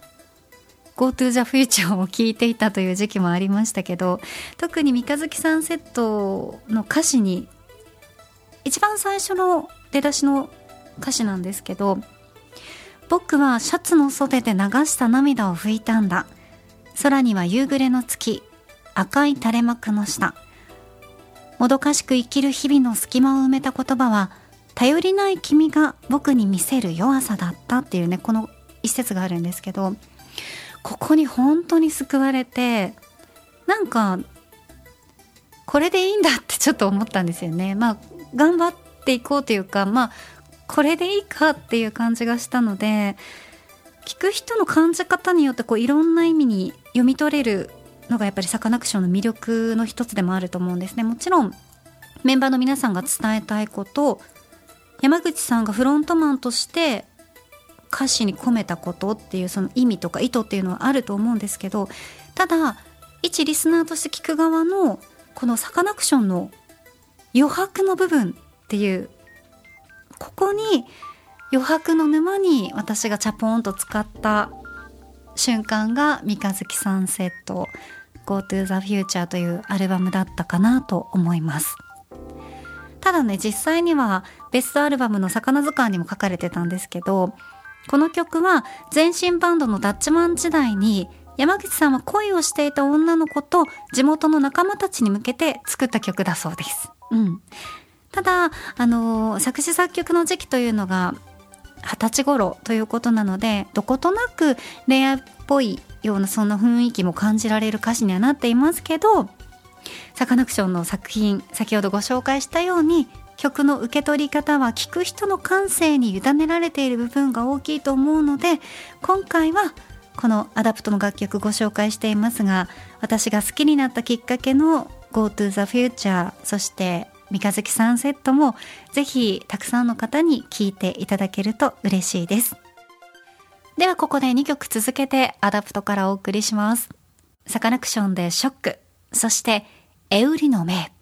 Go to the Future を聴いていたという時期もありましたけど、特に三日月サンセットの歌詞に一番最初の出だしの歌詞なんですけど、僕はシャツの袖で流した涙を拭いたんだ。空には夕暮れの月、赤い垂れ幕の下。もどかしく生きる日々の隙間を埋めた言葉は、頼りない君が僕に見せる弱さだったっていうね、この一節があるんですけど、ここに本当に救われて、なんかこれでいいんだってちょっと思ったんですよね。頑張っていこうというか、これでいいかっていう感じがしたので、聞く人の感じ方によってこういろんな意味に読み取れるのがやっぱりサカナクションの魅力の一つでもあると思うんですね。もちろんメンバーの皆さんが伝えたいこと、山口さんがフロントマンとして歌詞に込めたことっていうその意味とか意図っていうのはあると思うんですけど、ただ一リスナーとして聞く側のこのサカナクションの余白の部分っていう、ここに余白の沼に私がチャポーンと使った瞬間が三日月サンセット Go to the Future というアルバムだったかなと思います。ただね、実際にはベストアルバムの魚図鑑にも書かれてたんですけど、この曲は前身バンドのダッチマン時代に山口さんは恋をしていた女の子と地元の仲間たちに向けて作った曲だそうです。ただ作詞作曲の時期というのが20歳頃ということなので、どことなく恋愛っぽいようなそんな雰囲気も感じられる歌詞にはなっていますけど、サカナクションの作品、先ほどご紹介したように曲の受け取り方は聴く人の感性に委ねられている部分が大きいと思うので、今回はこのアダプトの楽曲ご紹介していますが、私が好きになったきっかけの Go to the Future、 そして三日月サンセットもぜひたくさんの方に聴いていただけると嬉しいです。ではここで2曲続けてアダプトからお送りします。サカナクションでショック、そしてエウリの目。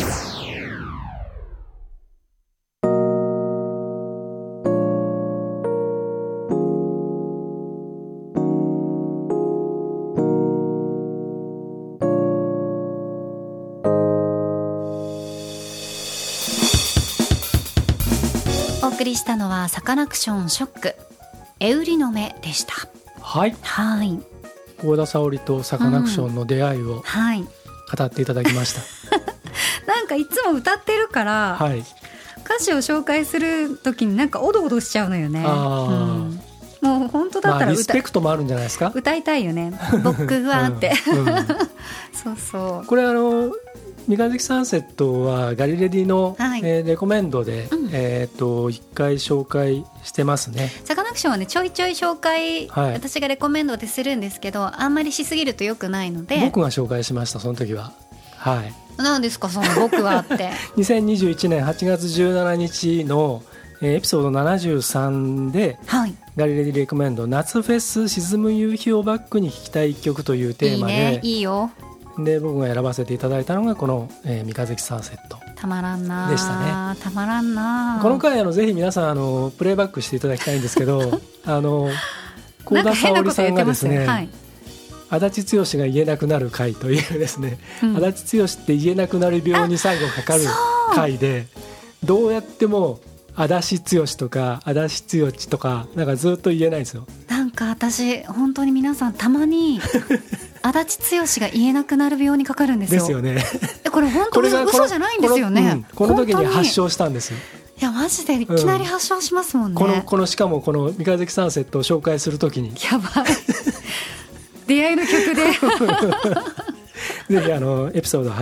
お送りしたのはサカナクションショック、エウリの目でした。 はい、幸田沙織とサカナクションの出会いを語っていただきました。 なんかいつも歌ってるから、歌詞を紹介するときになんかおどおどしちゃうのよね。もう本当だったらリスペクトもあるんじゃないですか。 歌いたいよね、僕はって。そうそう。 これ三日月サンセットはガリレディの、レコメンドで、1回紹介してますね。 サカナクションはねちょいちょい紹介、私がレコメンドでするんですけど、あんまりしすぎると良くないので僕が紹介しました、その時は。 何ですかその僕はって 2021年8月17日のエピソード73で、ガリレディレコメンド夏フェス沈む夕日をバックに聴きたい一曲というテーマで、 いいよ。 で僕が選ばせていただいたのがこの、三日月サンセットたまらんなでしたね。 たまらんな。 この回ぜひ皆さんプレイバックしていただきたいんですけど幸田沙織さんがですね、足立剛が言えなくなる回というですね、足立剛って言えなくなる病に最後かかる回で、どうやっても足立剛とか足立剛とかなんかずっと言えないんですよ。 なんか私本当に皆さんたまに足立剛が言えなくなる病にかかるんですよ。 ですよね。 これ本当に嘘じゃないんですよね。 この時に発症したんですよ。 いやマジでいきなり発症しますもんね。 しかもこの三日月サンセットを紹介するときにやばい出会いの曲でぜひエピソード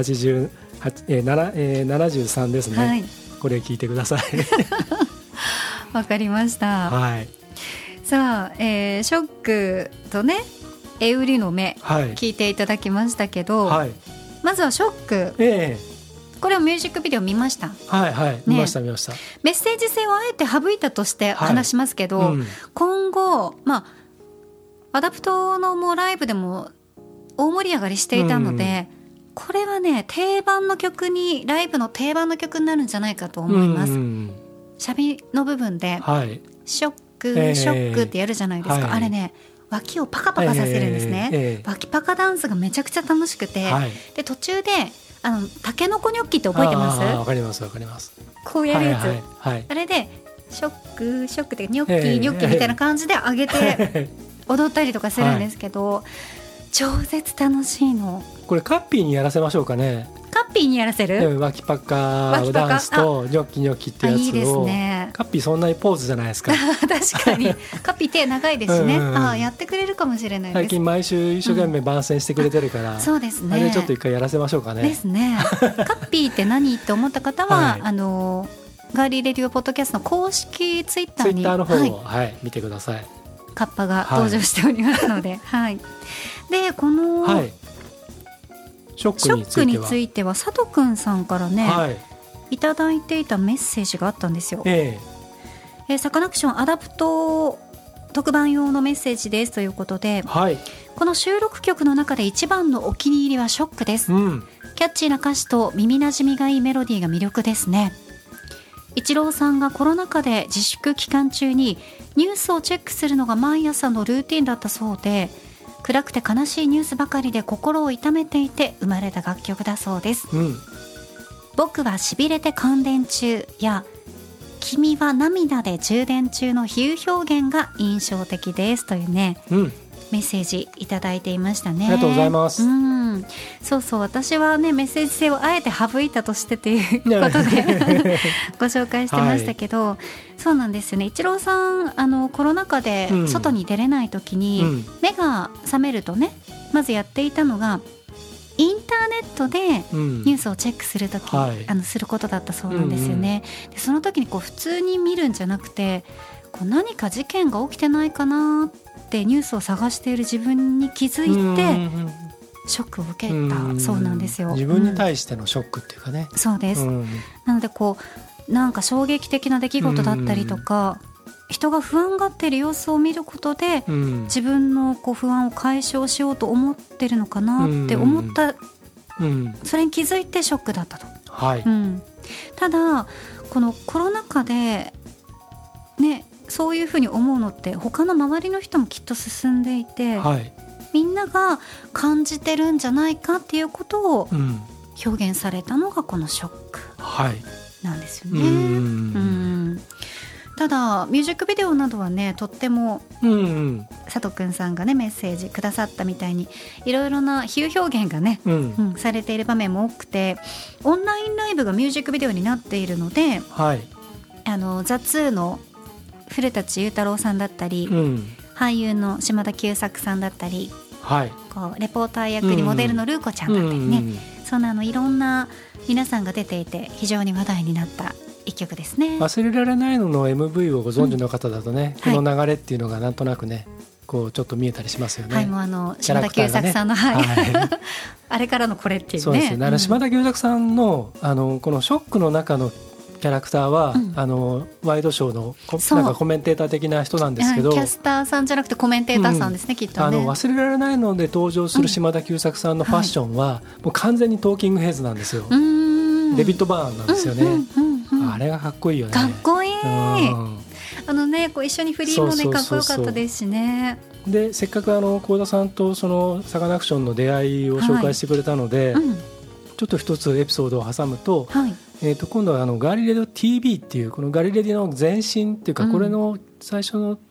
73ですね、はい、これ聞いてください。 わかりました、 はい、 さあ、ショックとねエウリの目、はい、聞いていただきましたけど、はい、まずはショック、これはミュージックビデオ見ました？ はいはい、ね、見ました。メッセージ性をあえて省いたとして話しますけど、今後、アダプトのもうライブでも大盛り上がりしていたので、これはね定番の曲にライブの定番の曲になるんじゃないかと思います。サビの部分で、ショック、ショックってやるじゃないですか、あれね脇をパカパカさせるんですね、脇パカダンスがめちゃくちゃ楽しくて、で途中でタケノコニョッキって覚えてます？ わかりますわかります。 こうやるやつ、あれでショックショックってニョッキニョッキみたいな感じで上げて踊ったりとかするんですけど、超絶楽しいの。 これカッピーにやらせましょうかね。 カッピーにやらせる？ 脇パカダンスとニョッキニョッキってやつを。いいですね。カッピーそんなにポーズじゃないですか。 確かにカッピー手長いですしね。やってくれるかもしれないです。 最近毎週一生懸命番宣してくれてるから、 そうですね。 あれちょっと一回やらせましょうかね。 ですね。カッピーって何って思った方は、ガーリーレディオポッドキャストの公式ツイッターの方を、見てください。 カッパが登場しておりますので、でこの、ショックについては佐藤くんさんからね、いただいていたメッセージがあったんですよ。サカナクションアダプト特番用のメッセージですということで、この収録曲の中で一番のお気に入りはショックです、キャッチーな歌詞と耳なじみがいいメロディーが魅力ですね。イチローさんがコロナ禍で自粛期間中にニュースをチェックするのが毎朝のルーティンだったそうで、暗くて悲しいニュースばかりで心を痛めていて生まれた楽曲だそうです、僕はしびれて感電中や君は涙で充電中の比喩表現が印象的ですというね、メッセージいただいていましたね。 ありがとうございます。 そうそう、私はねメッセージ性をあえて省いたとしてということでご紹介してましたけど、そうなんですよね。イチローさんコロナ禍で外に出れない時に、目が覚めるとねまずやっていたのがインターネットでニュースをチェックする時、することだったそうなんですよね。でその時に普通に見るんじゃなくて何か事件が起きてないかなってニュースを探している自分に気づいてショックを受けたそうなんですよ。 自分に対してのショックっていうかね、 そうです、なのでなんか衝撃的な出来事だったりとか、人が不安がっている様子を見ることで、自分の不安を解消しようと思ってるのかなって思った、それに気づいてショックだったと、ただこのコロナ禍でねそういうふうに思うのって他の周りの人もきっと進んでいて、みんなが感じてるんじゃないかっていうことを表現されたのがこのショックなんですよね。ただミュージックビデオなどはねとっても、佐藤くんさんがねメッセージくださったみたいにいろいろな比喩表現がね、されている場面も多くて、オンラインライブがミュージックビデオになっているので、ザ・ツーの古舘裕太郎さんだったり、俳優の島田久作さんだったり、レポーター役にモデルのルーコちゃんだったりね、そんないろんな皆さんが出ていて非常に話題になった一曲ですね。 忘れられないのの MV をご存知の方だとね、この流れっていうのがなんとなくねちょっと見えたりしますよね。 もう島田久作さんの、あれからのこれっていうね。 そうですね。島田久作さんのこのショックの中のキャラクターは、ワイドショーのなんかコメンテーター的な人なんですけど、 キャスターさんじゃなくてコメンテーターさんですね、きっとね。 忘れられないので登場する島田久作さんのファッションは、もう完全にトーキングヘッズなんですよ。デビッド・バーンなんですよね。あれがかっこいいよね。 かっこいい。一緒にフリーもねかっこよかったですしね。 でせっかく幸田さんとそのサカナクションの出会いを紹介してくれたので、ちょっと一つエピソードを挟むと、今度はガリレディオ TV っていうこのガリレディの前身っていうか、これの最初の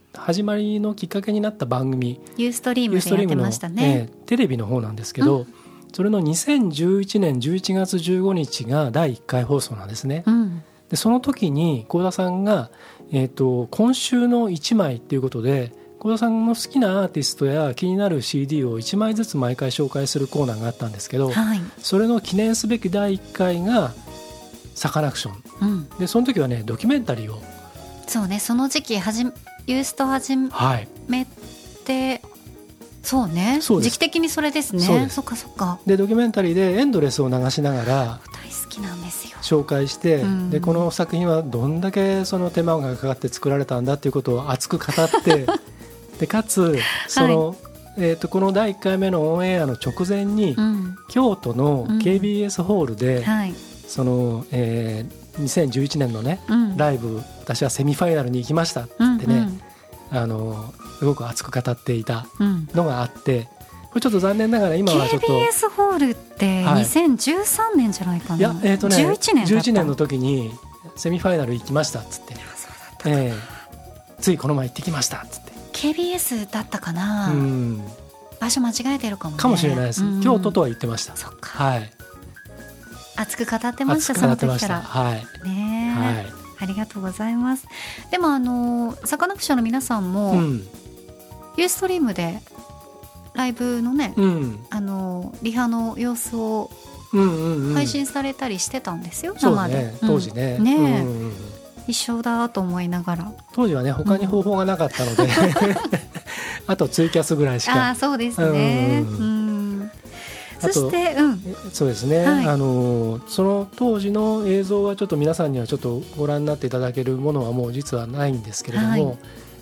始まりのきっかけになった番組ユーストリームでやってましたね、 テレビの方なんですけど、それの2011年11月15日が第1回放送なんですね、でその時に幸田さんが、今週の1枚っていうことで幸田さんの好きなアーティストや気になる CD を1枚ずつ毎回紹介するコーナーがあったんですけど、それの記念すべき第1回がサカナクション、でその時はねドキュメンタリーをそうね、その時期ユースト始めて、そうね、時期的にそれですね。そっかそっか。 でドキュメンタリーでエンドレスを流しながら大好きなんですよ紹介して、でこの作品はどんだけその手間がかかって作られたんだっていうことを熱く語ってでかつその、この第1回目のオンエアの直前に、京都の KBS ホールで、その、2011年のね、ライブ私はセミファイナルに行きましたってね、すごく熱く語っていたのがあって、これちょっと残念ながら今はちょっと KBS ホールって2013年じゃないかな、いや、 11年の時にセミファイナル行きましたっつって、ついこの前行ってきましたっつって KBS だったかな、場所間違えてるかもね、 かもしれないです、京都とは言ってました。 そっか、熱く語ってました、その時から。ね、ありがとうございます。でもサカナクションの皆さんも、ユーストリームでライブのね、リハの様子を配信されたりしてたんですよ、生で。 当時ね、 一緒だと思いながら、 当時はね他に方法がなかったので、あとツイキャスぐらいしか。 そうですね、そして、 そうですね、その当時の映像はちょっと皆さんにはちょっとご覧になっていただけるものはもう実はないんですけれども、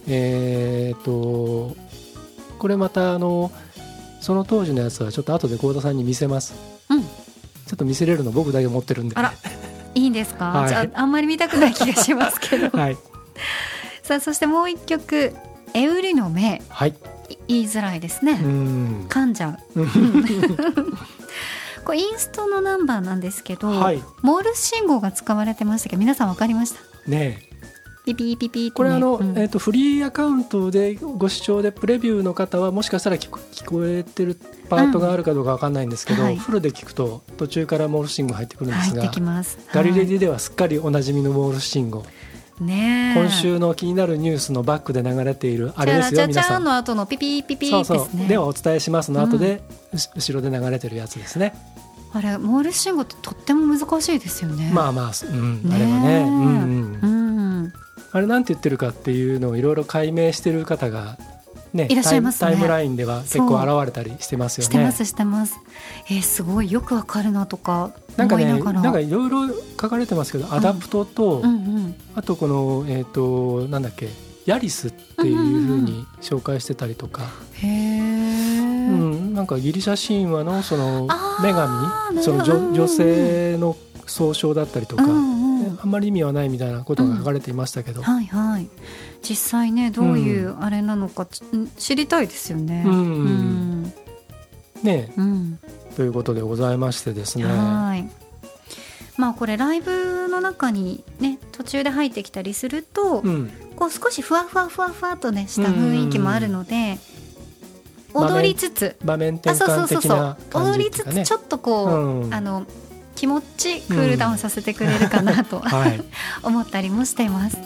これまたその当時のやつはちょっと後で幸田さんに見せます、ちょっと見せれるの僕だけ持ってるんで、 あら、いいんですか、じゃああんまり見たくない気がしますけど、さあそしてもう一曲、エウリの目、言いづらいですね、噛んじゃうこれインストのナンバーなんですけど、モールス信号が使われてましたけど、皆さん分かりましたね？ピピピピってね、 これフリーアカウントでご視聴でプレビューの方はもしかしたら聞こえてるパートがあるかどうか分かんないんですけど、フルで聞くと途中からモールス信号入ってくるんですが、ガリレディではすっかりおなじみのモールス信号、今週の気になるニュースのバックで流れているあれですよ、皆さん。 の後のピピピピですね。 ではお伝えしますの後で、後ろで流れてるやつですね。 あれモールス信号ってとっても難しいですよね。 あれはね、あれなんて言ってるかっていうのをいろいろ解明してる方がいらっしゃいますね。タイムラインでは結構現れたりしてますよね。 してます。すごいよくわかるなとか思いながら、 なんかいろいろ書かれてますけど、アダプトと、あとこのなんだっけ、ヤリスっていうふうに紹介してたりとか、なんかギリシャ神話のその女神、その女性の総称だったりとか、あんまり意味はないみたいなことが書かれていましたけど、 実際ねどういうあれなのか知りたいですよね。 ということでございましてですね、 これライブの中にね途中で入ってきたりすると、こう少しふわふわふわふわとねした雰囲気もあるので、踊りつつ場面転換的な感じっていうかね、 踊りつつちょっとこう、気持ちクールダウンさせてくれるかなと、思ったりもしています。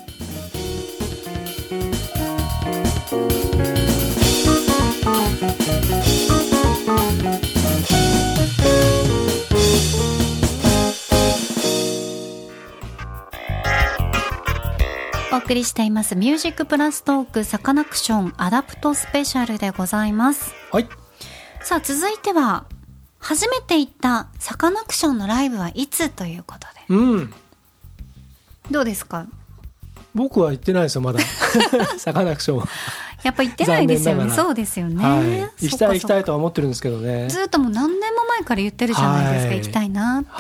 お送りしていますミュージックプラストークサカナクションアダプトスペシャルでございます。さあ続いては、初めて行ったサカナクションのライブはいつということで、どうですか？ 僕は行ってないですよまだサカナクションはやっぱ行ってないですよね。そうですよね、 行きたいとは思ってるんですけどね。 ずっともう何年も前から言ってるじゃないですか、行きたいなって。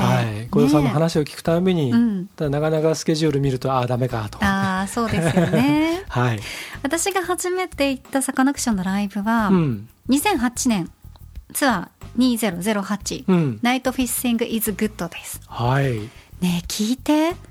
小田さんの話を聞くたびに、ただなかなかスケジュール見るとダメかと。 そうですよね私が初めて行ったサカナクションのライブは、2008年ツアー2008、ナイトフィッシングイズグッドです。ねえ聞いて、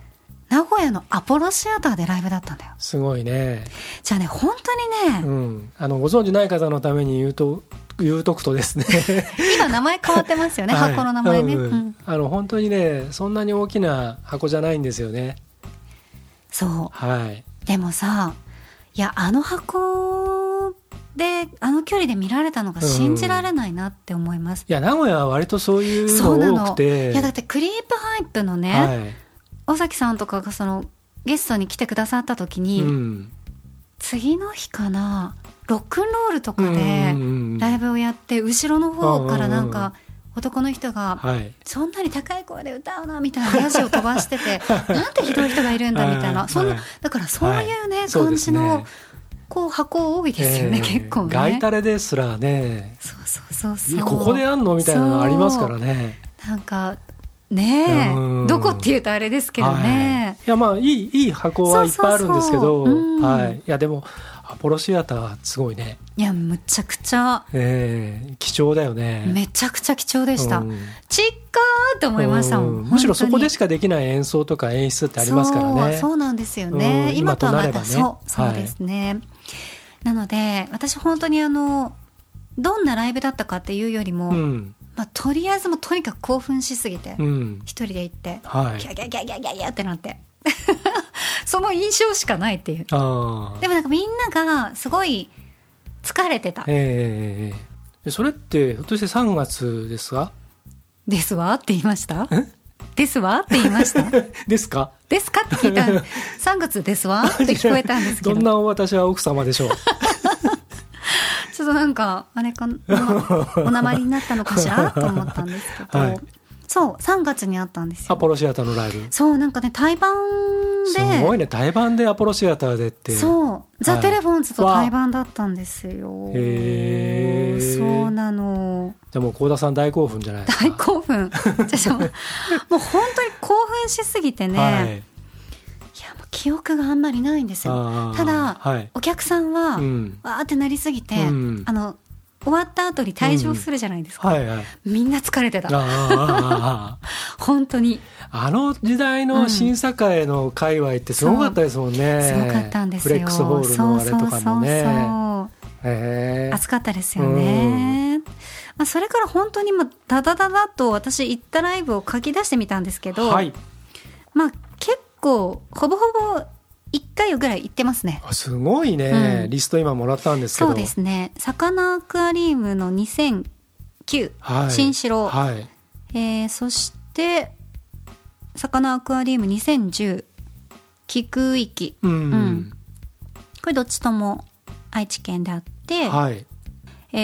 名古屋のアポロシアターでライブだったんだよ。 すごいね。 じゃあね、本当にね、 ご存知ない方のために言うとくとですね今名前変わってますよね、はい、箱の名前ね、 本当にねそんなに大きな箱じゃないんですよね。 そう、 はい、 でもさ、いやあの箱であの距離で見られたのが信じられないなって思います、 いや名古屋は割とそういうの多くて、 いやだってクリープハイプのね、はい、尾崎さんとかがそのゲストに来てくださった時に、次の日かな、ロックンロールとかでライブをやって、後ろの方からなんか男の人がそんなに高い声で歌うなみたいなヤジを飛ばしててなんてひどい人がいるんだみたいな、そんなだからそういうね、感じのこう箱多いですよね、結構ね。 ガイタレですらね、 そうここでやんのみたいなのありますからね。 なんかねえ、どこっていうとあれですけどね、 いやまあいい箱はいっぱいあるんですけど、いやでもアポロシアターすごいね。 いやむちゃくちゃ、 貴重だよね。 めちゃくちゃ貴重でした、ちっかーって思いましたもん、 むしろそこでしかできない演奏とか演出ってありますからね。 そうなんですよね、今とはまたそうですね、なので私本当にどんなライブだったかっていうよりも、とりあえずもうとにかく興奮しすぎて、一人で行って、ギャギャギャギャギャギャってなってその印象しかないっていう。でもなんかみんながすごい疲れてた。 それってひょっとして3月ですか？ ですわって言いました？ですわって言いましたですか？ ですかって聞いた3月ですわって聞こえたんですけどどんな私は奥様でしょうちょっとなんかあれかおなまりになったのかしらと思ったんですけど、そう3月にあったんですよ、 アポロシアターのライブ。そうなんかね、対バンで、 すごいね、対バンでアポロシアターでって。 そうザ・テレフォンズと対バンだったんですよ。そうなの。 じゃあもう幸田さん大興奮じゃないですか？ 大興奮もう本当に興奮しすぎてね、いやもう記憶があんまりないんですよ。ただ、お客さんはわーってなりすぎて、終わった後に退場するじゃないですか、みんな疲れてた本当にあの時代の審査会の界隈ってすごかったですもんね、 すごかったんですよ。 フレックスホールのあれとかもね、 暑かったですよね、それから本当にダダダダと私行ったライブを書き出してみたんですけど、結構ほぼほぼ1回ぐらい行ってますね。 すごいね、リスト今もらったんですけど。 そうですね、サカナアクアリウムの2009、新城、そしてサカナアクアリウム2010、菊域、これどっちとも愛知県であって、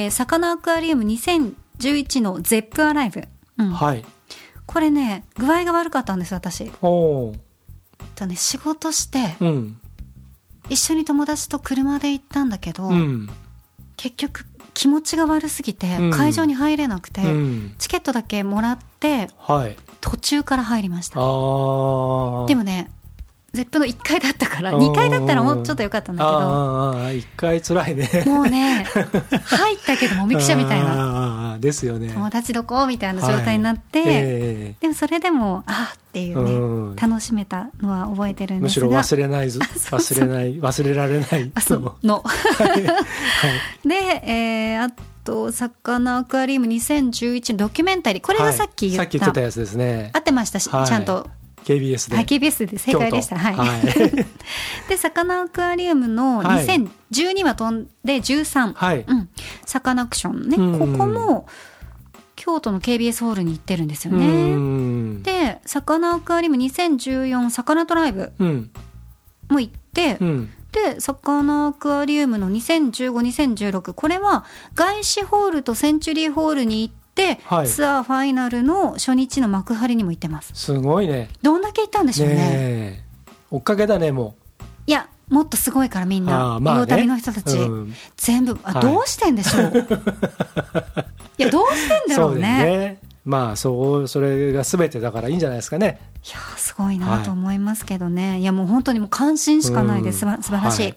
サカナアクアリウム2011のゼップアライブ、これね具合が悪かったんです私。仕事して、一緒に友達と車で行ったんだけど、結局気持ちが悪すぎて会場に入れなくて、チケットだけもらって、途中から入りました。でもねゼップの1階だったから、2階だったらもうちょっと良かったんだけど、 1階つらいねもうね入ったけどもみくちゃみたいなですよね、 友達どこみたいな状態になって、でもそれでもっていうね、楽しめたのは覚えてるんですが、 むしろ忘れられないので、あとサカナアクアリウム2011ドキュメンタリー、これがさっき言ってたやつですね。 合ってましたし、ちゃんと KBS で、 KBS で正解でした。でサカナアクアリウムの2012は飛んで13、サカナクションね、ここも京都の KBS ホールに行ってるんですよね。でサカナアクアリウム2014サカナトライブも行って、でサカナアクアリウムの2015、2016、これは外資ホールとセンチュリーホールに行って、ツアーファイナルの初日の幕張にも行ってます。すごいね。 どんだけ行ったんでしょうね。 追っかけだね。もういやもっとすごいから、みんな大旅の人たち、全部どうしてんでしょういやどうしてんだろうね。 それが全てだからいいんじゃないですかね。 いやすごいなと思いますけどね、いやもう本当にもう感心しかないです。素晴らしい、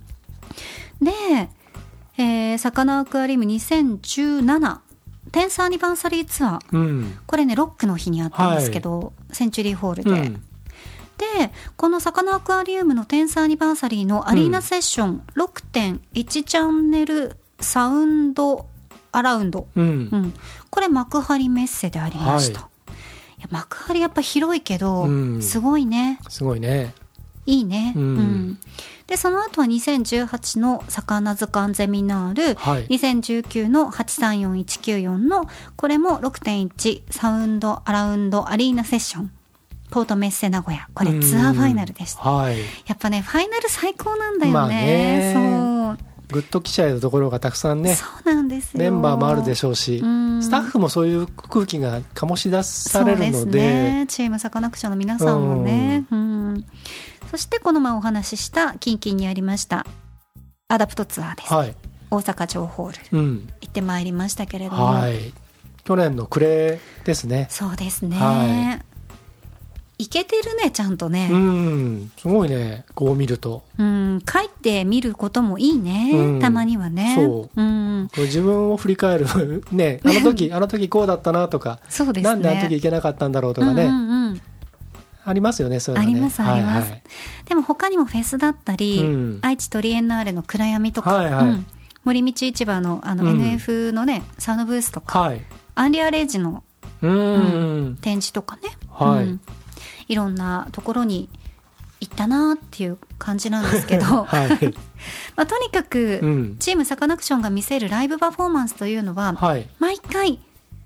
で、サカナアクアリウム2017テンスアニバーサリーツアー、これねロックの日にあったんですけど、センチュリーホールで、 でこのサカナアクアリウムの10thアニバーサリーのアリーナセッション、6.1 チャンネルサウンドアラウンド、これ幕張メッセでありました、いや幕張やっぱ広いけど、すごいね。 すごいね。 いいね。でその後は2018のサカナズカンゼミナール、2019の834194のこれも 6.1 サウンドアラウンドアリーナセッションポートメッセ名古屋、これツアーファイナルでした、やっぱねファイナル最高なんだよね。そうグッときちゃうところがたくさんね。 そうなんですよ。 メンバーもあるでしょうし、スタッフもそういう空気が醸し出されるので、 そうですね、チームサカナクションの皆さんもね、そしてこの前お話ししたキンキンにありましたアダプトツアーです、大阪城ホール、行ってまいりましたけれども、 去年の暮れですね。 そうですね、いけてるねちゃんとね。 すごいね、こう見ると。 書いて見ることもいいね、たまにはね。そう、 自分を振り返るね、あの時こうだったなとか、そうですね、なんであの時いけなかったんだろうとかね、ありますよね、そういうのね。ありますあります、 でも他にもフェスだったり、愛知トリエンナーレの暗闇とか、森道市場のNF のねサウンドブースとか、アンリアレイジの展示とかね、いろんなところに行ったなっていう感じなんですけど、とにかく、チームサカナクションが見せるライブパフォーマンスというのは、毎回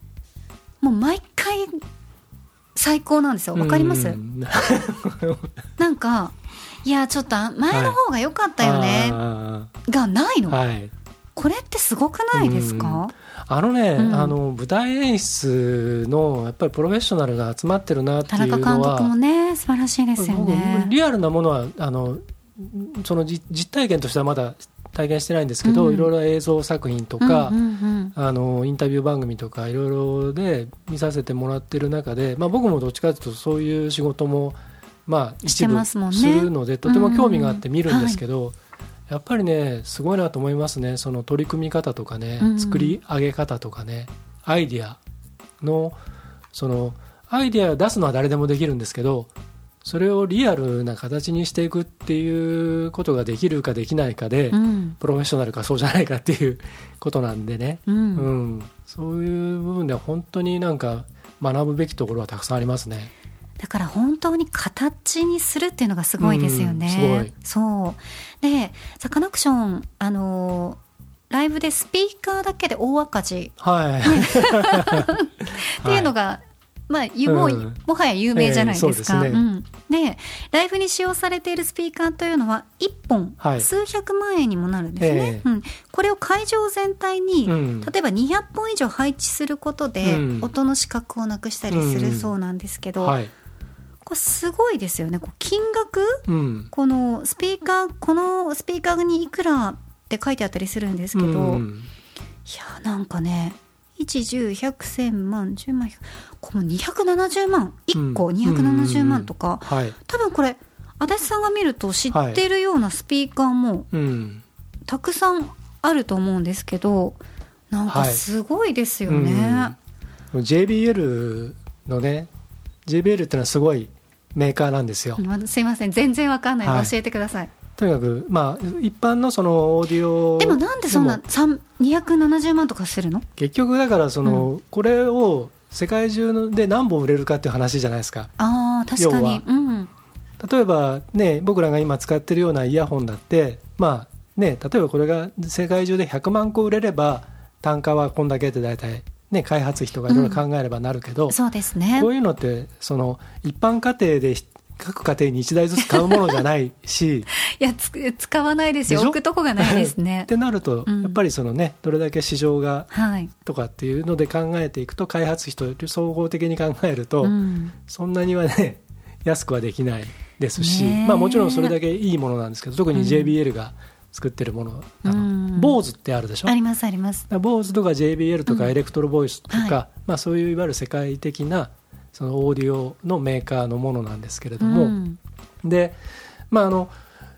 最高なんですよ。わかります？なんかいやちょっと前の方が良かったよね、がないの、これってすごくないですか？ 舞台演出のやっぱりプロフェッショナルが集まってるなっていうのは、田中監督もね素晴らしいですよね。 リアルなものはその実体験としてはまだ体験してないんですけど、いろいろ映像作品とか、インタビュー番組とかいろいろで見させてもらってる中で、僕もどっちかというとそういう仕事も一部するので、とても興味があって見るんですけど、やっぱりねすごいなと思いますね。その取り組み方とかね、作り上げ方とかね、アイディアのそのアイディアを出すのは誰でもできるんですけど、それをリアルな形にしていくっていうことができるかできないかで、プロフェッショナルかそうじゃないかっていうことなんでね、そういう部分では本当になんか学ぶべきところはたくさんありますね。 だから本当に形にするっていうのがすごいですよね、すごい。そうでサカナクションライブでスピーカーだけで大赤字、っていうのが、もはや有名じゃないですか。でライブに使用されているスピーカーというのは1本数百万円にもなるんですね、これを会場全体に、例えば200本以上配置することで、音の死角をなくしたりするそうなんですけど、これすごいですよね。金額、このスピーカーにいくらって書いてあったりするんですけど、いやなんかね1、10、100、1000万、10万、この270万1個270万とか、多分これ足立さんが見ると知ってるようなスピーカーもたくさんあると思うんですけど、なんかすごいですよね、 JBL のね JBL ってのはすごいメーカーなんですよ。 すいません全然わかんない、教えてください。 とにかく一般のそのオーディオでもなんでそんな270万とかするの？ 結局だからこれを世界中で何本売れるかっていう話じゃないですか。 確かに、 例えばね僕らが今使ってるようなイヤホンだって例えばこれが世界中で100万個売れれば単価はこんだけって大体ね開発費とかいろいろ考えればなるけど、 そうですね、 こういうのってその一般家庭で各家庭に1台ずつ買うものじゃないしいや使わないですよ、置くとこがないですねってなると、やっぱりそのねどれだけ市場が、とかっていうので考えていくと開発費と総合的に考えると、そんなにはね安くはできないですし、もちろんそれだけいいものなんですけど、特に JBL が作ってるもの、BOSE ってあるでしょ。 ありますあります。 BOSE とか JBL とかエレクトロボイスとか、そういういわゆる世界的なそのオーディオのメーカーのものなんですけれども、で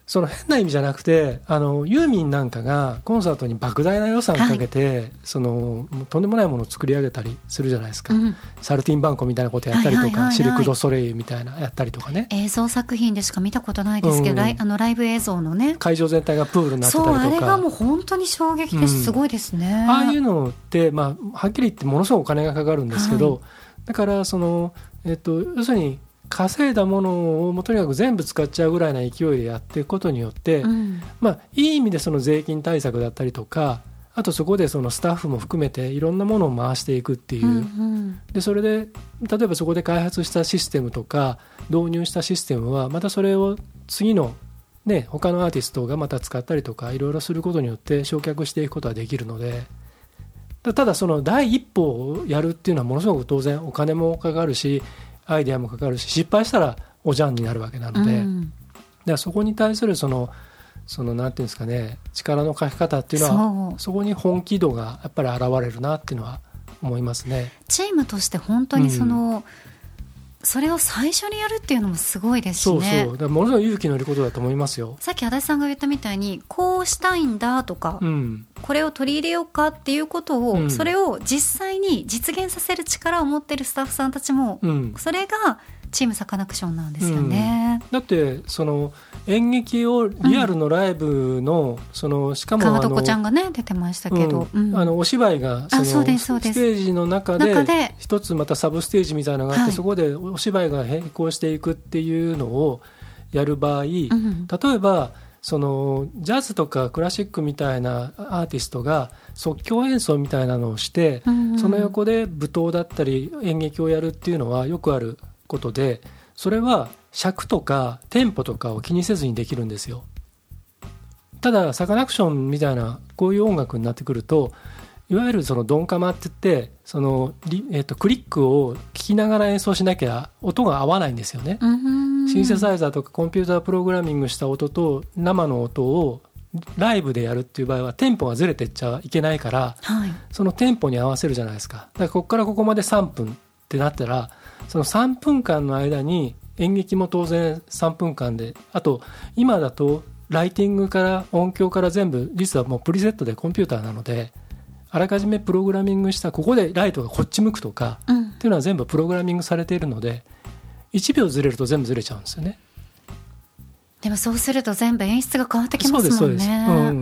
その変な意味じゃなくてユーミンなんかがコンサートに莫大な予算かけて、そのとんでもないものを作り上げたりするじゃないですか、サルティンバンコみたいなことやったりとか、シルク・ドゥ・ソレイユみたいなやったりとかね、 映像作品でしか見たことないですけど、ライブ映像のね、 会場全体がプールになってたりとか、 そう、あれがもう本当に衝撃ですごいですね。 ああいうのって、はっきり言ってものすごくお金がかかるんですけど、だから要するに稼いだものをもうとにかく全部使っちゃうぐらいな勢いでやっていくことによって、いい意味でその税金対策だったりとか、あとそこでそのスタッフも含めていろんなものを回していくっていう、でそれで例えばそこで開発したシステムとか導入したシステムはまたそれを次の他のアーティストがまた使ったりとかいろいろすることによって焼却していくことができるので、ただその第一歩をやるっていうのはものすごく当然お金もかかるしアイデアもかかるし、失敗したらおじゃんになるわけなので、だからそこに対するそのなんていうんですかね、力の書き方っていうのは そこに本気度がやっぱり現れるなっていうのは思いますね。 チームとして本当にそれを最初にやるっていうのもすごいですしね。 だからものすごい勇気のいることだと思いますよ。 さっき足立さんが言ったみたいにこうしたいんだとか、これを取り入れようかっていうことを、それを実際に実現させる力を持っているスタッフさんたちも、それがチームサカナクションなんですよね。 だってその演劇をリアルのライブの、しかも川床ちゃんがね出てましたけど、 お芝居がステージの中で一つまたサブステージみたいなのがあって、そこでお芝居が並行していくっていうのをやる場合、例えばジャズとかクラシックみたいなアーティストが即興演奏みたいなのをして、その横で舞踏だったり演劇をやるっていうのはよくあることで、それは尺とかテンポとかを気にせずにできるんですよ。ただサカナクションみたいなこういう音楽になってくると、いわゆるドンカマって言ってクリックを聴きながら演奏しなきゃ音が合わないんですよね。シンセサイザーとかコンピュータープログラミングした音と生の音をライブでやるっていう場合はテンポがずれてっちゃいけないから、そのテンポに合わせるじゃないですか。だからここからここまで3分ってなったら、その3分間の間に演劇も当然3分間で、あと今だとライティングから音響から全部実はもうプリセットでコンピューターなので、あらかじめプログラミングしたここでライトがこっち向くとかっていうのは全部プログラミングされているので、1秒ずれると全部ずれちゃうんですよね。 でもそうすると全部演出が変わってきますもんね。 そうです、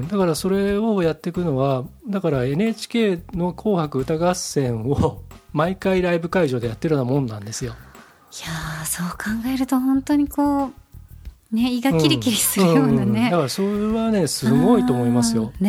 だからそれをやっていくのは、だから NHK の紅白歌合戦を毎回ライブ会場でやってるようなもんなんですよ。 いやそう考えると本当に胃がキリキリするようなね、 だからそれはねすごいと思いますよ。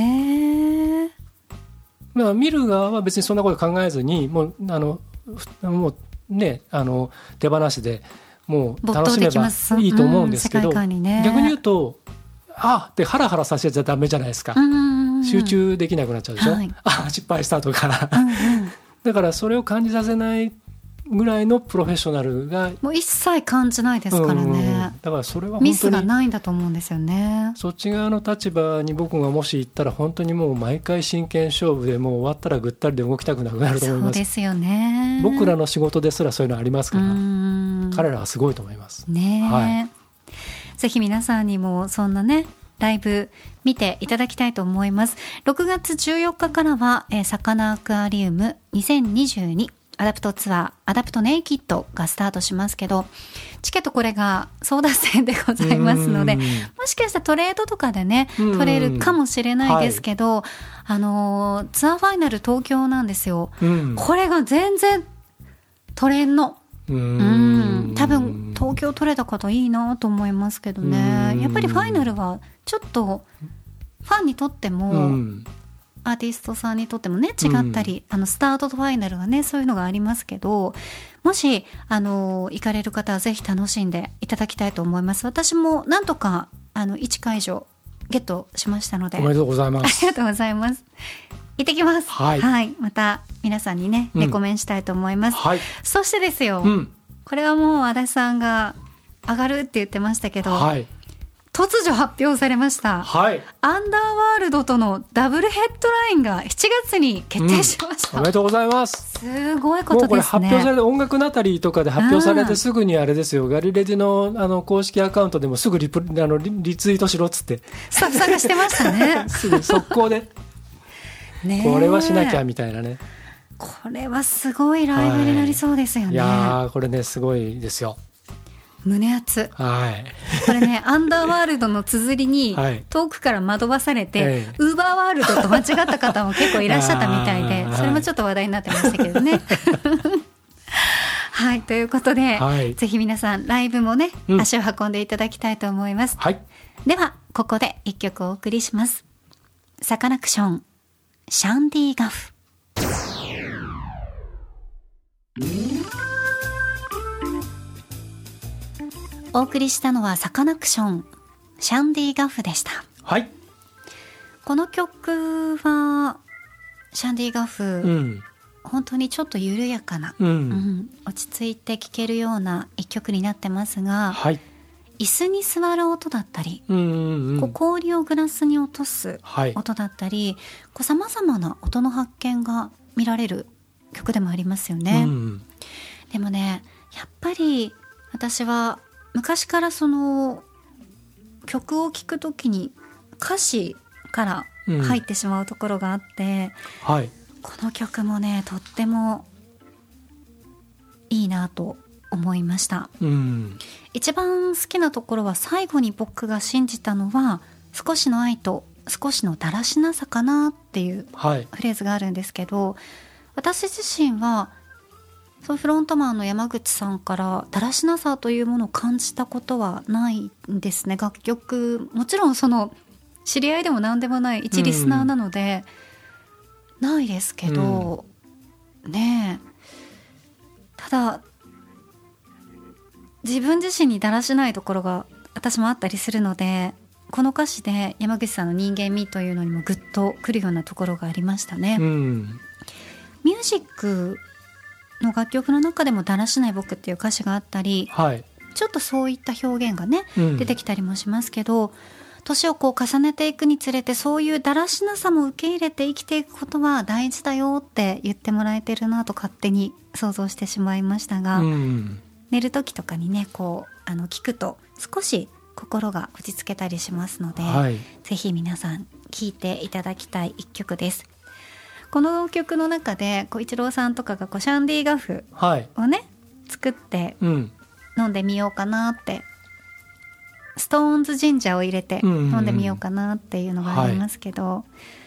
だから見る側は別にそんなこと考えずにもうね手放しでもう楽しめばいいと思うんですけど、逆に言うとってハラハラさせちゃダメじゃないですか。集中できなくなっちゃうでしょ、失敗したとかだからそれを感じさせないぐらいのプロフェッショナルがもう一切感じないですからね、 だからそれは本当にミスがないんだと思うんですよね。 そっち側の立場に僕がもし行ったら本当にもう毎回真剣勝負でもう終わったらぐったりで動きたくなくなると思います。 そうですよね。 僕らの仕事ですらそういうのありますから、彼らはすごいと思いますね、 ぜひ皆さんにもそんなねライブ見ていただきたいと思います。6月14日からは、サカナアクアリウム2022アダプトツアーアダプトネイキッドがスタートしますけど、チケットこれが争奪戦でございますので、もしかしたらトレードとかでね取れるかもしれないですけど、ツアーファイナル東京なんですよ、これが全然取れんの。多分東京取れた方いいなと思いますけどね。やっぱりファイナルはちょっとファンにとっても、アーティストさんにとってもね違ったり、スタートとファイナルはねそういうのがありますけど、もし行かれる方はぜひ楽しんでいただきたいと思います。私もなんとか1会場ゲットしましたので、 おめでとうございます。 ありがとうございます。行ってきます。また皆さんにねレコメンしたいと思います、そしてですよ、これはもう足立さんが上がるって言ってましたけど、東突如発表されました、 はい、 アンダーワールドとのダブルヘッドラインが7月に決定しました、 おめでとうございます。 すごいことですね。もうこれ発表されて、音楽ナタリーとかで発表されてすぐにあれですよ、ガリレディ の公式アカウントでもすぐリツイートしろっつってスタッフさんがしてましたねすぐ速攻でね、これはしなきゃみたいなね。 これはすごいライブになりそうですよね。 いやー、これねすごいですよ。 胸熱、 はい、 これねアンダーワールドの綴りに遠くから惑わされて、ウーバーワールドと間違った方も結構いらっしゃったみたいで、それもちょっと話題になってましたけどねはい、ということで、はい、ぜひ皆さんライブもね、足を運んでいただきたいと思います、はい、ではここで一曲お送りします。サカナクション、シャンディガフ。お送りしたのはサカナクション、シャンディガフでした。 はい、 この曲はシャンディガフ、本当にちょっと緩やかな、落ち着いて聴けるような一曲になってますが、はい、椅子に座る音だったり、氷をグラスに落とす音だったり、さまざまな音の発見が見られる曲でもありますよね、でもね、やっぱり私は昔からその曲を聴くときに歌詞から入ってしまうところがあって、はい、この曲もねとってもいいなと思いました、一番好きなところは最後に僕が信じたのは少しの愛と少しのだらしなさかなっていうフレーズがあるんですけど、私自身はそうフロントマンの山口さんからだらしなさというものを感じたことはないんですね。楽曲もちろんその知り合いでも何でもない一リスナーなので、ないですけど、ねえ、ただ自分自身にだらしないところが私もあったりするので、この歌詞で山口さんの人間味というのにもグッとくるようなところがありましたね、ミュージックの楽曲の中でもだらしない僕っていう歌詞があったり、はい、ちょっとそういった表現がね、出てきたりもしますけど、年をこう重ねていくにつれてそういうだらしなさも受け入れて生きていくことは大事だよって言ってもらえてるなと勝手に想像してしまいましたが、寝る時とかにねこう聞くと少し心が落ち着けたりしますので、はい、ぜひ皆さん聴いていただきたい一曲です。この曲の中で一郎さんとかがシャンディガフをね、作って飲んでみようかなって、ストーンズジンジャーを入れて飲んでみようかなっていうのがありますけど、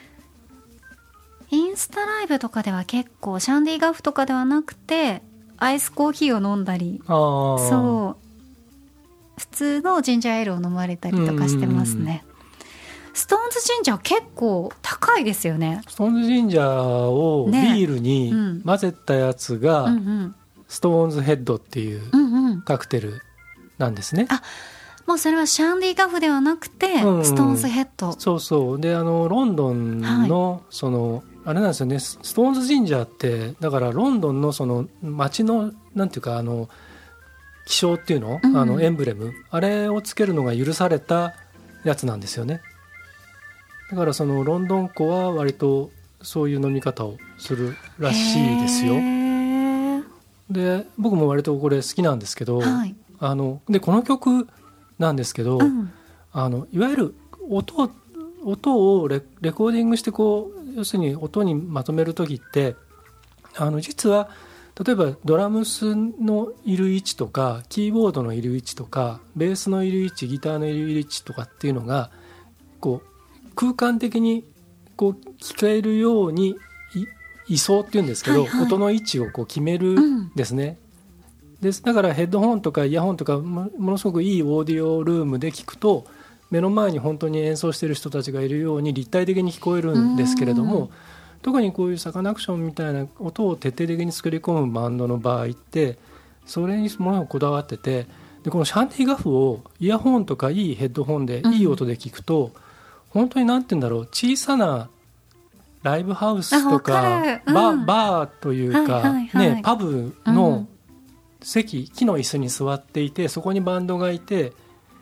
インスタライブとかでは結構シャンディガフとかではなくてアイスコーヒーを飲んだり、そう普通のジンジャーエールを飲まれたりとかしてますね。ストーンズジンジャー結構高いですよね。 ストーンズジンジャーをビールに混ぜたやつがストーンズヘッドっていうカクテルなんですね、 あ、もうそれはシャンディガフではなくてストーンズヘッド、 そうそう。でロンドンのその、あれなんですよね、ストーンズジンジャーってだからロンドンのその街のなんていうか気象っていうの、エンブレム、あれをつけるのが許されたやつなんですよね。だからそのロンドン校は割とそういう飲み方をするらしいですよ。で僕も割とこれ好きなんですけど、はい、でこの曲なんですけど、いわゆる音をレコーディングして要するに音にまとめる時って実は例えばドラムスのいる位置とかキーボードのいる位置とかベースのいる位置、ギターのいる位置とかっていうのが空間的に聞こえるように位相っていうんですけど、音の位置を決めるんですね、だからヘッドホンとかイヤホンとか ものすごくいいオーディオルームで聞くと目の前に本当に演奏している人たちがいるように立体的に聞こえるんですけれども、特にこういうサカナクションみたいな音を徹底的に作り込むバンドの場合ってそれにものをこだわってて、でこのシャンディガフをイヤホンとかいいヘッドホンでいい音で聞くと、本当になんて言うんだろう、小さなライブハウスとかバーというか、パブの席、木の椅子に座っていてそこにバンドがいて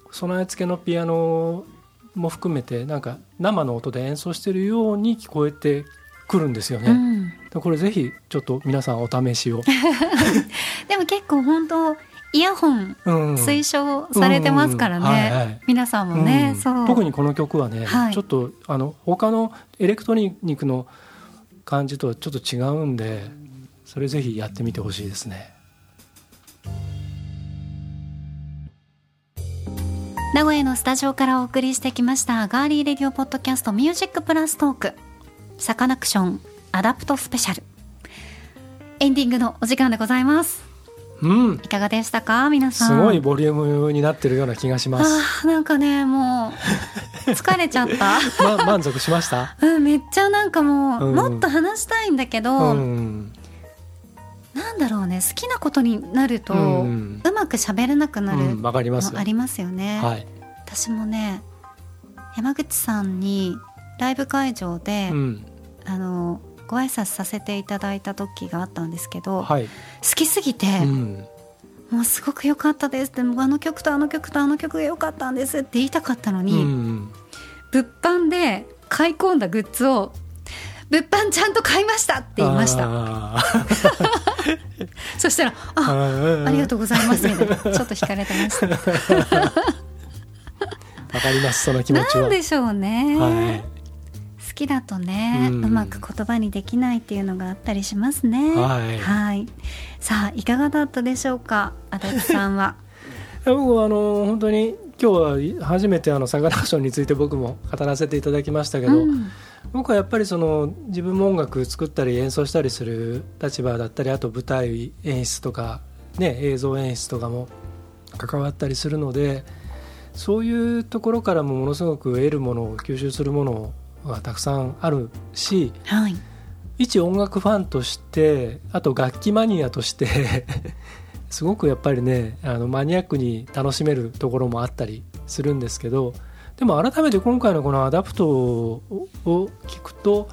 備え付けのピアノも含めてなんか生の音で演奏しているように聞こえてくるんですよね、これぜひちょっと皆さんお試しをでも結構本当イヤホン推奨されてますからね、皆さんもね、そう特にこの曲はね、ちょっと他のエレクトロニックの感じとはちょっと違うんで、それぜひやってみてほしいですね。 名古屋のスタジオからお送りしてきましたガーリーレディオポッドキャストミュージックプラストークサカナクションアダプトスペシャル、エンディングのお時間でございます。いかがでしたか皆さん。 すごいボリュームになってるような気がします。 なんかねもう疲れちゃった満足しました？ めっちゃなんかもう、もっと話したいんだけど、なんだろうね、好きなことになると、うまく喋れなくなるのありますよね、私もね山口さんにライブ会場で、ご挨拶させていただいた時があったんですけど、好きすぎて、もうすごく良かったですって、あの曲とあの曲とあの曲が良かったんですって言いたかったのに、物販で買い込んだグッズを物販ちゃんと買いましたって言いましたそしたらありがとうございますみたいなちょっと惹かれてましたわかります、その気持ちは。 なんでしょうね、好きだとね、うまく言葉にできないっていうのがあったりしますね。さあいかがだったでしょうか、足立さんは。 僕は本当に今日は初めてサカナクションについて僕も語らせていただきましたけど、僕はやっぱり自分も音楽作ったり演奏したりする立場だったり、あと舞台演出とか、映像演出とかも関わったりするので、そういうところからもものすごく得るものを吸収するものがたくさんあるし、一音楽ファンとして、あと楽器マニアとしてすごくやっぱりねマニアックに楽しめるところもあったりするんですけど、でも改めて今回のこのアダプトを聞くと、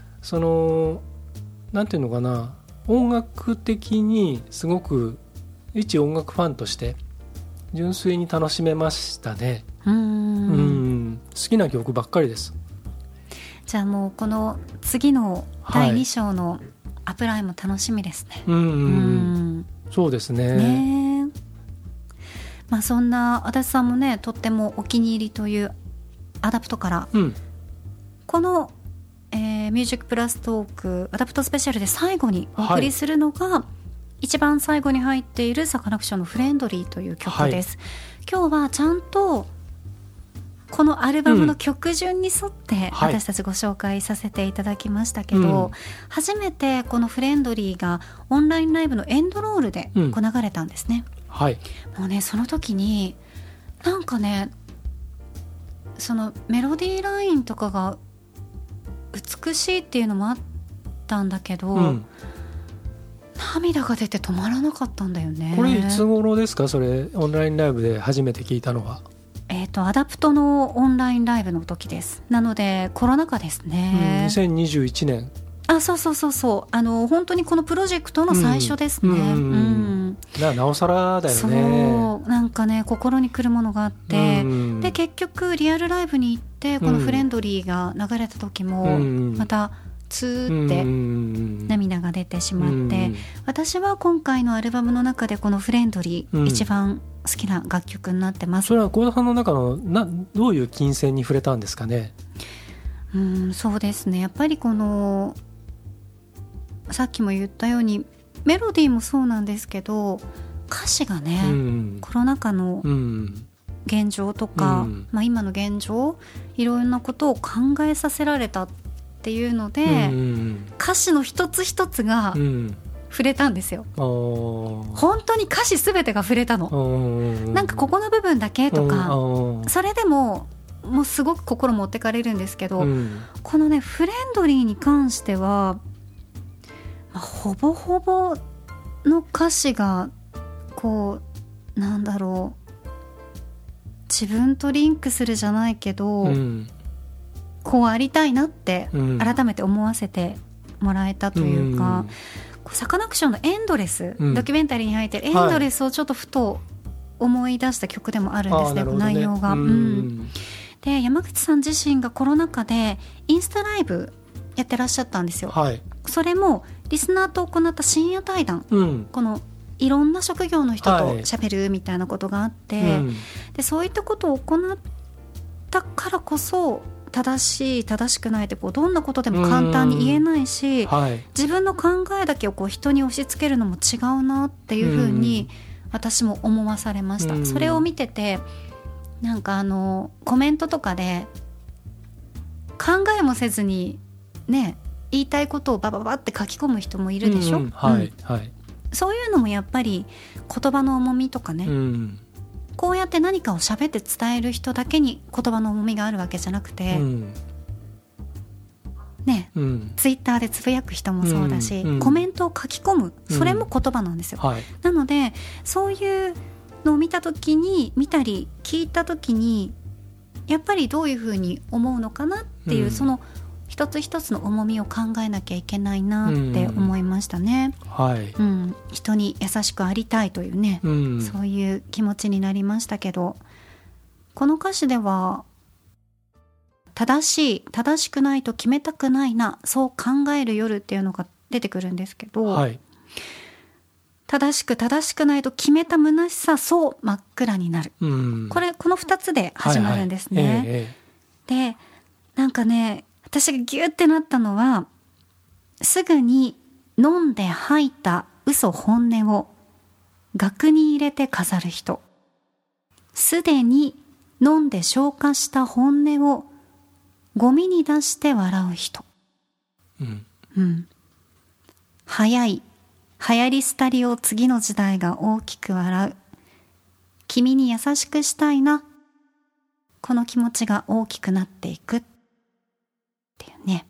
なんていうのかな、音楽的にすごく一音楽ファンとして純粋に楽しめましたね。好きな曲ばっかりです。 じゃあもうこの次の第2章のアプライも楽しみですね。 そうですね。 そんな足立さんもねとってもお気に入りというアダプトから、この、ミュージックプラストークアダプトスペシャルで最後にお送りするのが、一番最後に入っているサカナクションのフレンドリーという曲です、今日はちゃんとこのアルバムの曲順に沿って私たちご紹介させていただきましたけど、初めてこのフレンドリーがオンラインライブのエンドロールで流れたんですね、もうねその時になんかねそのメロディーラインとかが美しいっていうのもあったんだけど、涙が出て止まらなかったんだよね。 これいつ頃ですか、それオンラインライブで初めて聞いたのは。 アダプトのオンラインライブの時です。なのでコロナ禍ですね、 2021年。 そう本当にこのプロジェクトの最初ですね。 なおさらだよね。 そうなんかね心にくるものがあって、で結局リアルライブに行ってこのフレンドリーが流れた時もまたツーって涙が出てしまって、私は今回のアルバムの中でこのフレンドリー、一番好きな楽曲になってます。 それは幸田さんの中のどういう金線に触れたんですかね。 そうですね、やっぱりこのさっきも言ったようにメロディーもそうなんですけど、歌詞がね、コロナ禍の現状とか、今の現状いろんなことを考えさせられたっていうので、歌詞の一つ一つが触れたんですよ。本当に歌詞すべてが触れたの。なんかここの部分だけとか、それでもうすごく心持ってかれるんですけど、このねフレンドリーに関しては、ほぼほぼの歌詞がこうなんだろう、自分とリンクするじゃないけど、こうありたいなって改めて思わせてもらえたというか、サカナクションのエンドレス、ドキュメンタリーに入ってるエンドレスをちょっとふと思い出した曲でもあるんですね、内容が。で山口さん自身がコロナ禍でインスタライブやってらっしゃったんですよ。それもリスナーと行った深夜対談、このいろんな職業の人と喋るみたいなことがあって、でそういったことを行ったからこそ正しい正しくないってどんなことでも簡単に言えないし、自分の考えだけを人に押し付けるのも違うなっていうふうに私も思わされました。それを見ててなんかコメントとかで考えもせずにね言いたいことをバババって書き込む人もいるでしょ。そういうのもやっぱり言葉の重みとかね、こうやって何かを喋って伝える人だけに言葉の重みがあるわけじゃなくて、ツイッターでつぶやく人もそうだし、コメントを書き込む、それも言葉なんですよ。なのでそういうのを見た時に見たり聞いた時にやっぱりどういうふうに思うのかなっていう、その一つ一つの重みを考えなきゃいけないなって思いましたね。人に優しくありたいというね、そういう気持ちになりましたけど、この歌詞では正しい正しくないと決めたくないな、そう考える夜っていうのが出てくるんですけど、正しく正しくないと決めた虚しさ、そう真っ暗になる、この2つで始まるんですね。でなんかね私がギュッてなったのは、すぐに飲んで吐いた嘘本音を額に入れて飾る人、すでに飲んで消化した本音をゴミに出して笑う人、早い流行り廃りを次の時代が大きく笑う、君に優しくしたいな、この気持ちが大きくなっていくっていうね。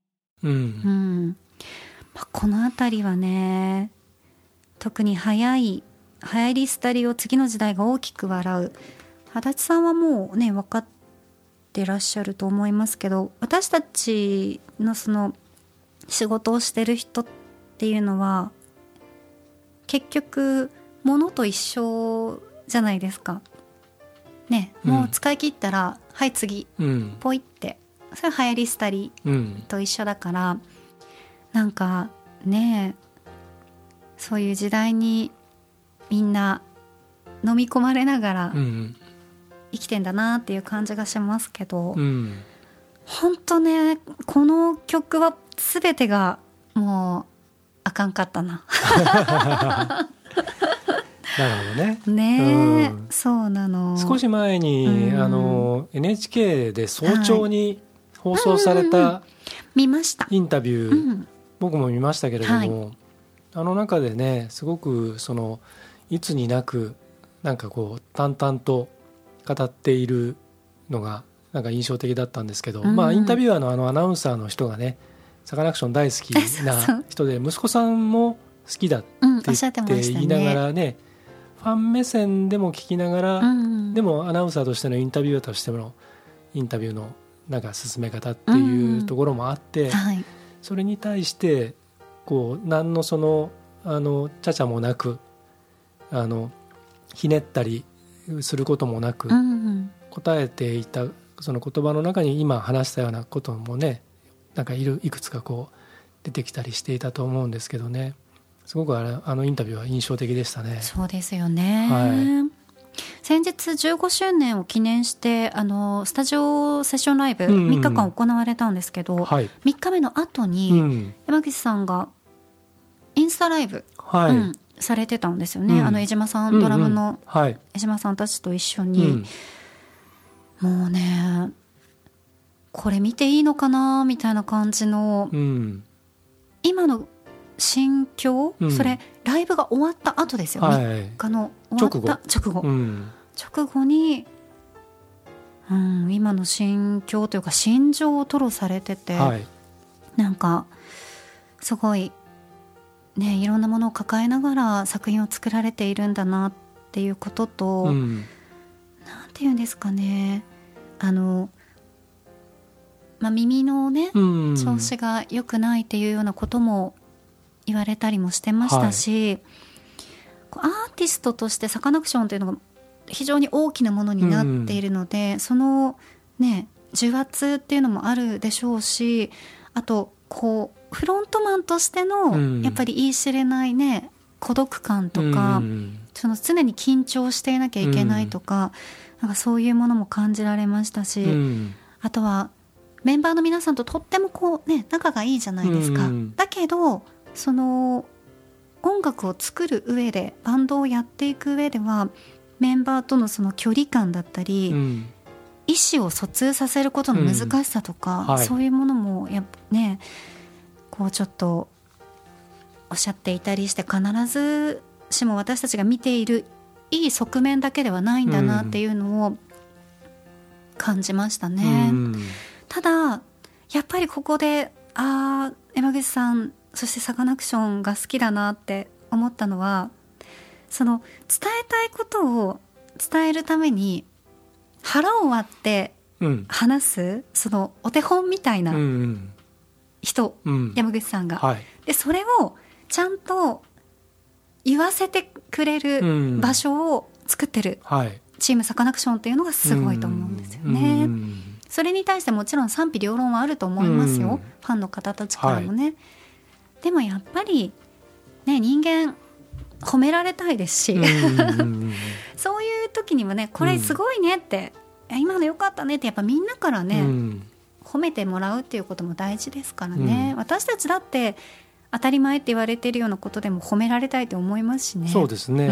このあたりはね、特に流行り廃りを次の時代が大きく笑う、足立さんはもうね分かってらっしゃると思いますけど、私たちのその仕事をしてる人っていうのは結局物と一緒じゃないですかね。もう使い切ったら、はい次、ポイって、それは流行り廃りと一緒だから、なんかねそういう時代にみんな飲み込まれながら生きてんだなっていう感じがしますけど、本当ねこの曲は全てがもうあかんかったななるほどね。 ね、そうなの。 少し前に、NHK で早朝に放送された見ましたインタビュー、僕も見ましたけれども、あの中でねすごくそのいつになくなんか淡々と語っているのがなんか印象的だったんですけど、インタビュアーのアナウンサーの人がねサカナクション大好きな人で息子さんも好きだって言いながらね、ファン目線でも聞きながら、でもアナウンサーとしてのインタビュアーとしてのインタビューのなんか進め方っていうところもあって、それに対して何のそのちゃちゃもなくひねったりすることもなく答えていた、その言葉の中に今話したようなこともねなんかいくつか出てきたりしていたと思うんですけどね、すごくあのインタビューは印象的でしたね。 そうですよね、先日15周年を記念してスタジオセッションライブ3日間行われたんですけど、3日目の後に山口さんがインスタライブ、されてたんですよね、江島さん、ドラムの江島さんたちと一緒に、もうねこれ見ていいのかなみたいな感じの、今の心境、それライブが終わった後ですよ、3日の終わった直後に、今の心境というか心情を吐露されてて、なんかすごいねいろんなものを抱えながら作品を作られているんだなっていうことと、なんていうんですかね、耳のね、調子が良くないっていうようなことも言われたりもしてましたし、アーティストとしてサカナクションというのが非常に大きなものになっているので、そのね重圧っていうのもあるでしょうし、あとこうフロントマンとしてのやっぱり言い知れないね孤独感とか、その常に緊張していなきゃいけないとか、なんかそういうものも感じられましたし、あとはメンバーの皆さんととってもこうね仲がいいじゃないですか。だけどその音楽を作る上でバンドをやっていく上ではメンバーとのその距離感だったり、意思を疎通させることの難しさとか、そういうものもやっぱねこうちょっとおっしゃっていたりして、必ずしも私たちが見ているいい側面だけではないんだなっていうのを感じましたね。ただやっぱりここで山口さんそしてサカナクションが好きだなって思ったのは、その伝えたいことを伝えるために腹を割って話す、そのお手本みたいな人、山口さんが、でそれをちゃんと言わせてくれる場所を作ってるチームサカナクションっていうのがすごいと思うんですよね。それに対してもちろん賛否両論はあると思いますよ、ファンの方たちからもね、でもやっぱりね人間褒められたいですしそういう時にもねこれすごいねって、今の良かったねってやっぱみんなからね、褒めてもらうっていうことも大事ですからね、私たちだって当たり前って言われているようなことでも褒められたいと思いますしね。 そうですね、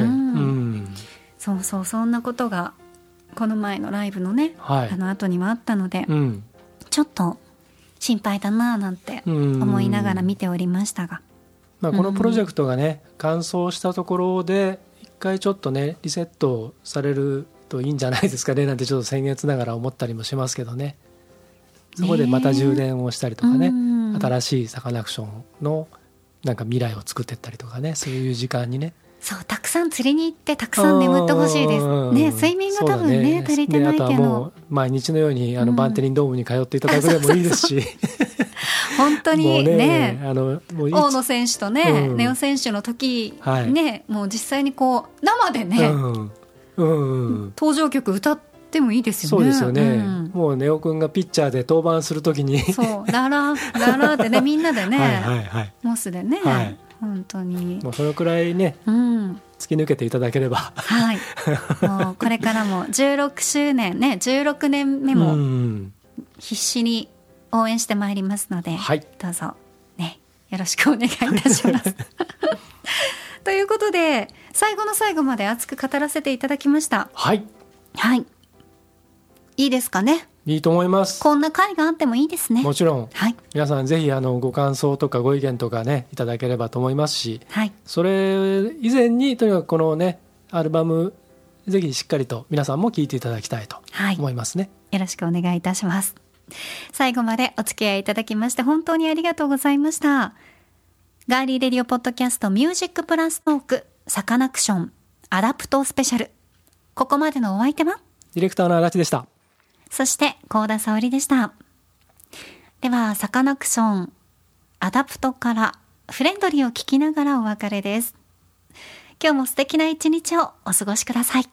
そんなことがこの前のライブのね、後にはあったので、ちょっと心配だななんて思いながら見ておりましたが、 このプロジェクトがね完走したところで一回ちょっとねリセットされるといいんじゃないですかねなんてちょっと先月ながら思ったりもしますけどね。そこでまた充電をしたりとかね、新しいサカナクションのなんか未来を作っていったりとかね、そういう時間にね、 そうたくさん釣りに行ってたくさん眠ってほしいですね。睡眠が多分ね足りてないけど、あとはもう毎日のようにバンテリンドームに通っていただくでもいいですし本当にねもう大野選手とね、ネオ選手の時ね、もう実際にこう生でね、登場曲歌ってもいいですよね。 そうですよね、もうネオくんがピッチャーで登板する時にそうラララってねみんなでねモスでね、本当にもうそのくらいね、突き抜けていただければもうこれからも16周年ね16年目も必死に応援してまいりますので、どうぞねよろしくお願いいたしますということで最後の最後まで熱く語らせていただきました。いいですかね。 いいと思います。 こんな会があってもいいですね。 もちろん、皆さんぜひご感想とかご意見とかねいただければと思いますし、それ以前にとにかくこのねアルバムぜひしっかりと皆さんも聴いていただきたいと思いますね、 よろしくお願いいたします。最後までお付き合いいただきまして本当にありがとうございました。ガーリーレディオポッドキャストミュージックプラストークサカナクションアダプトスペシャル、ここまでのお相手はディレクターの足立でした。 そして幸田沙織でした。ではサカナクションアダプトからフレンドリーを聞きながらお別れです。今日も素敵な一日をお過ごしください。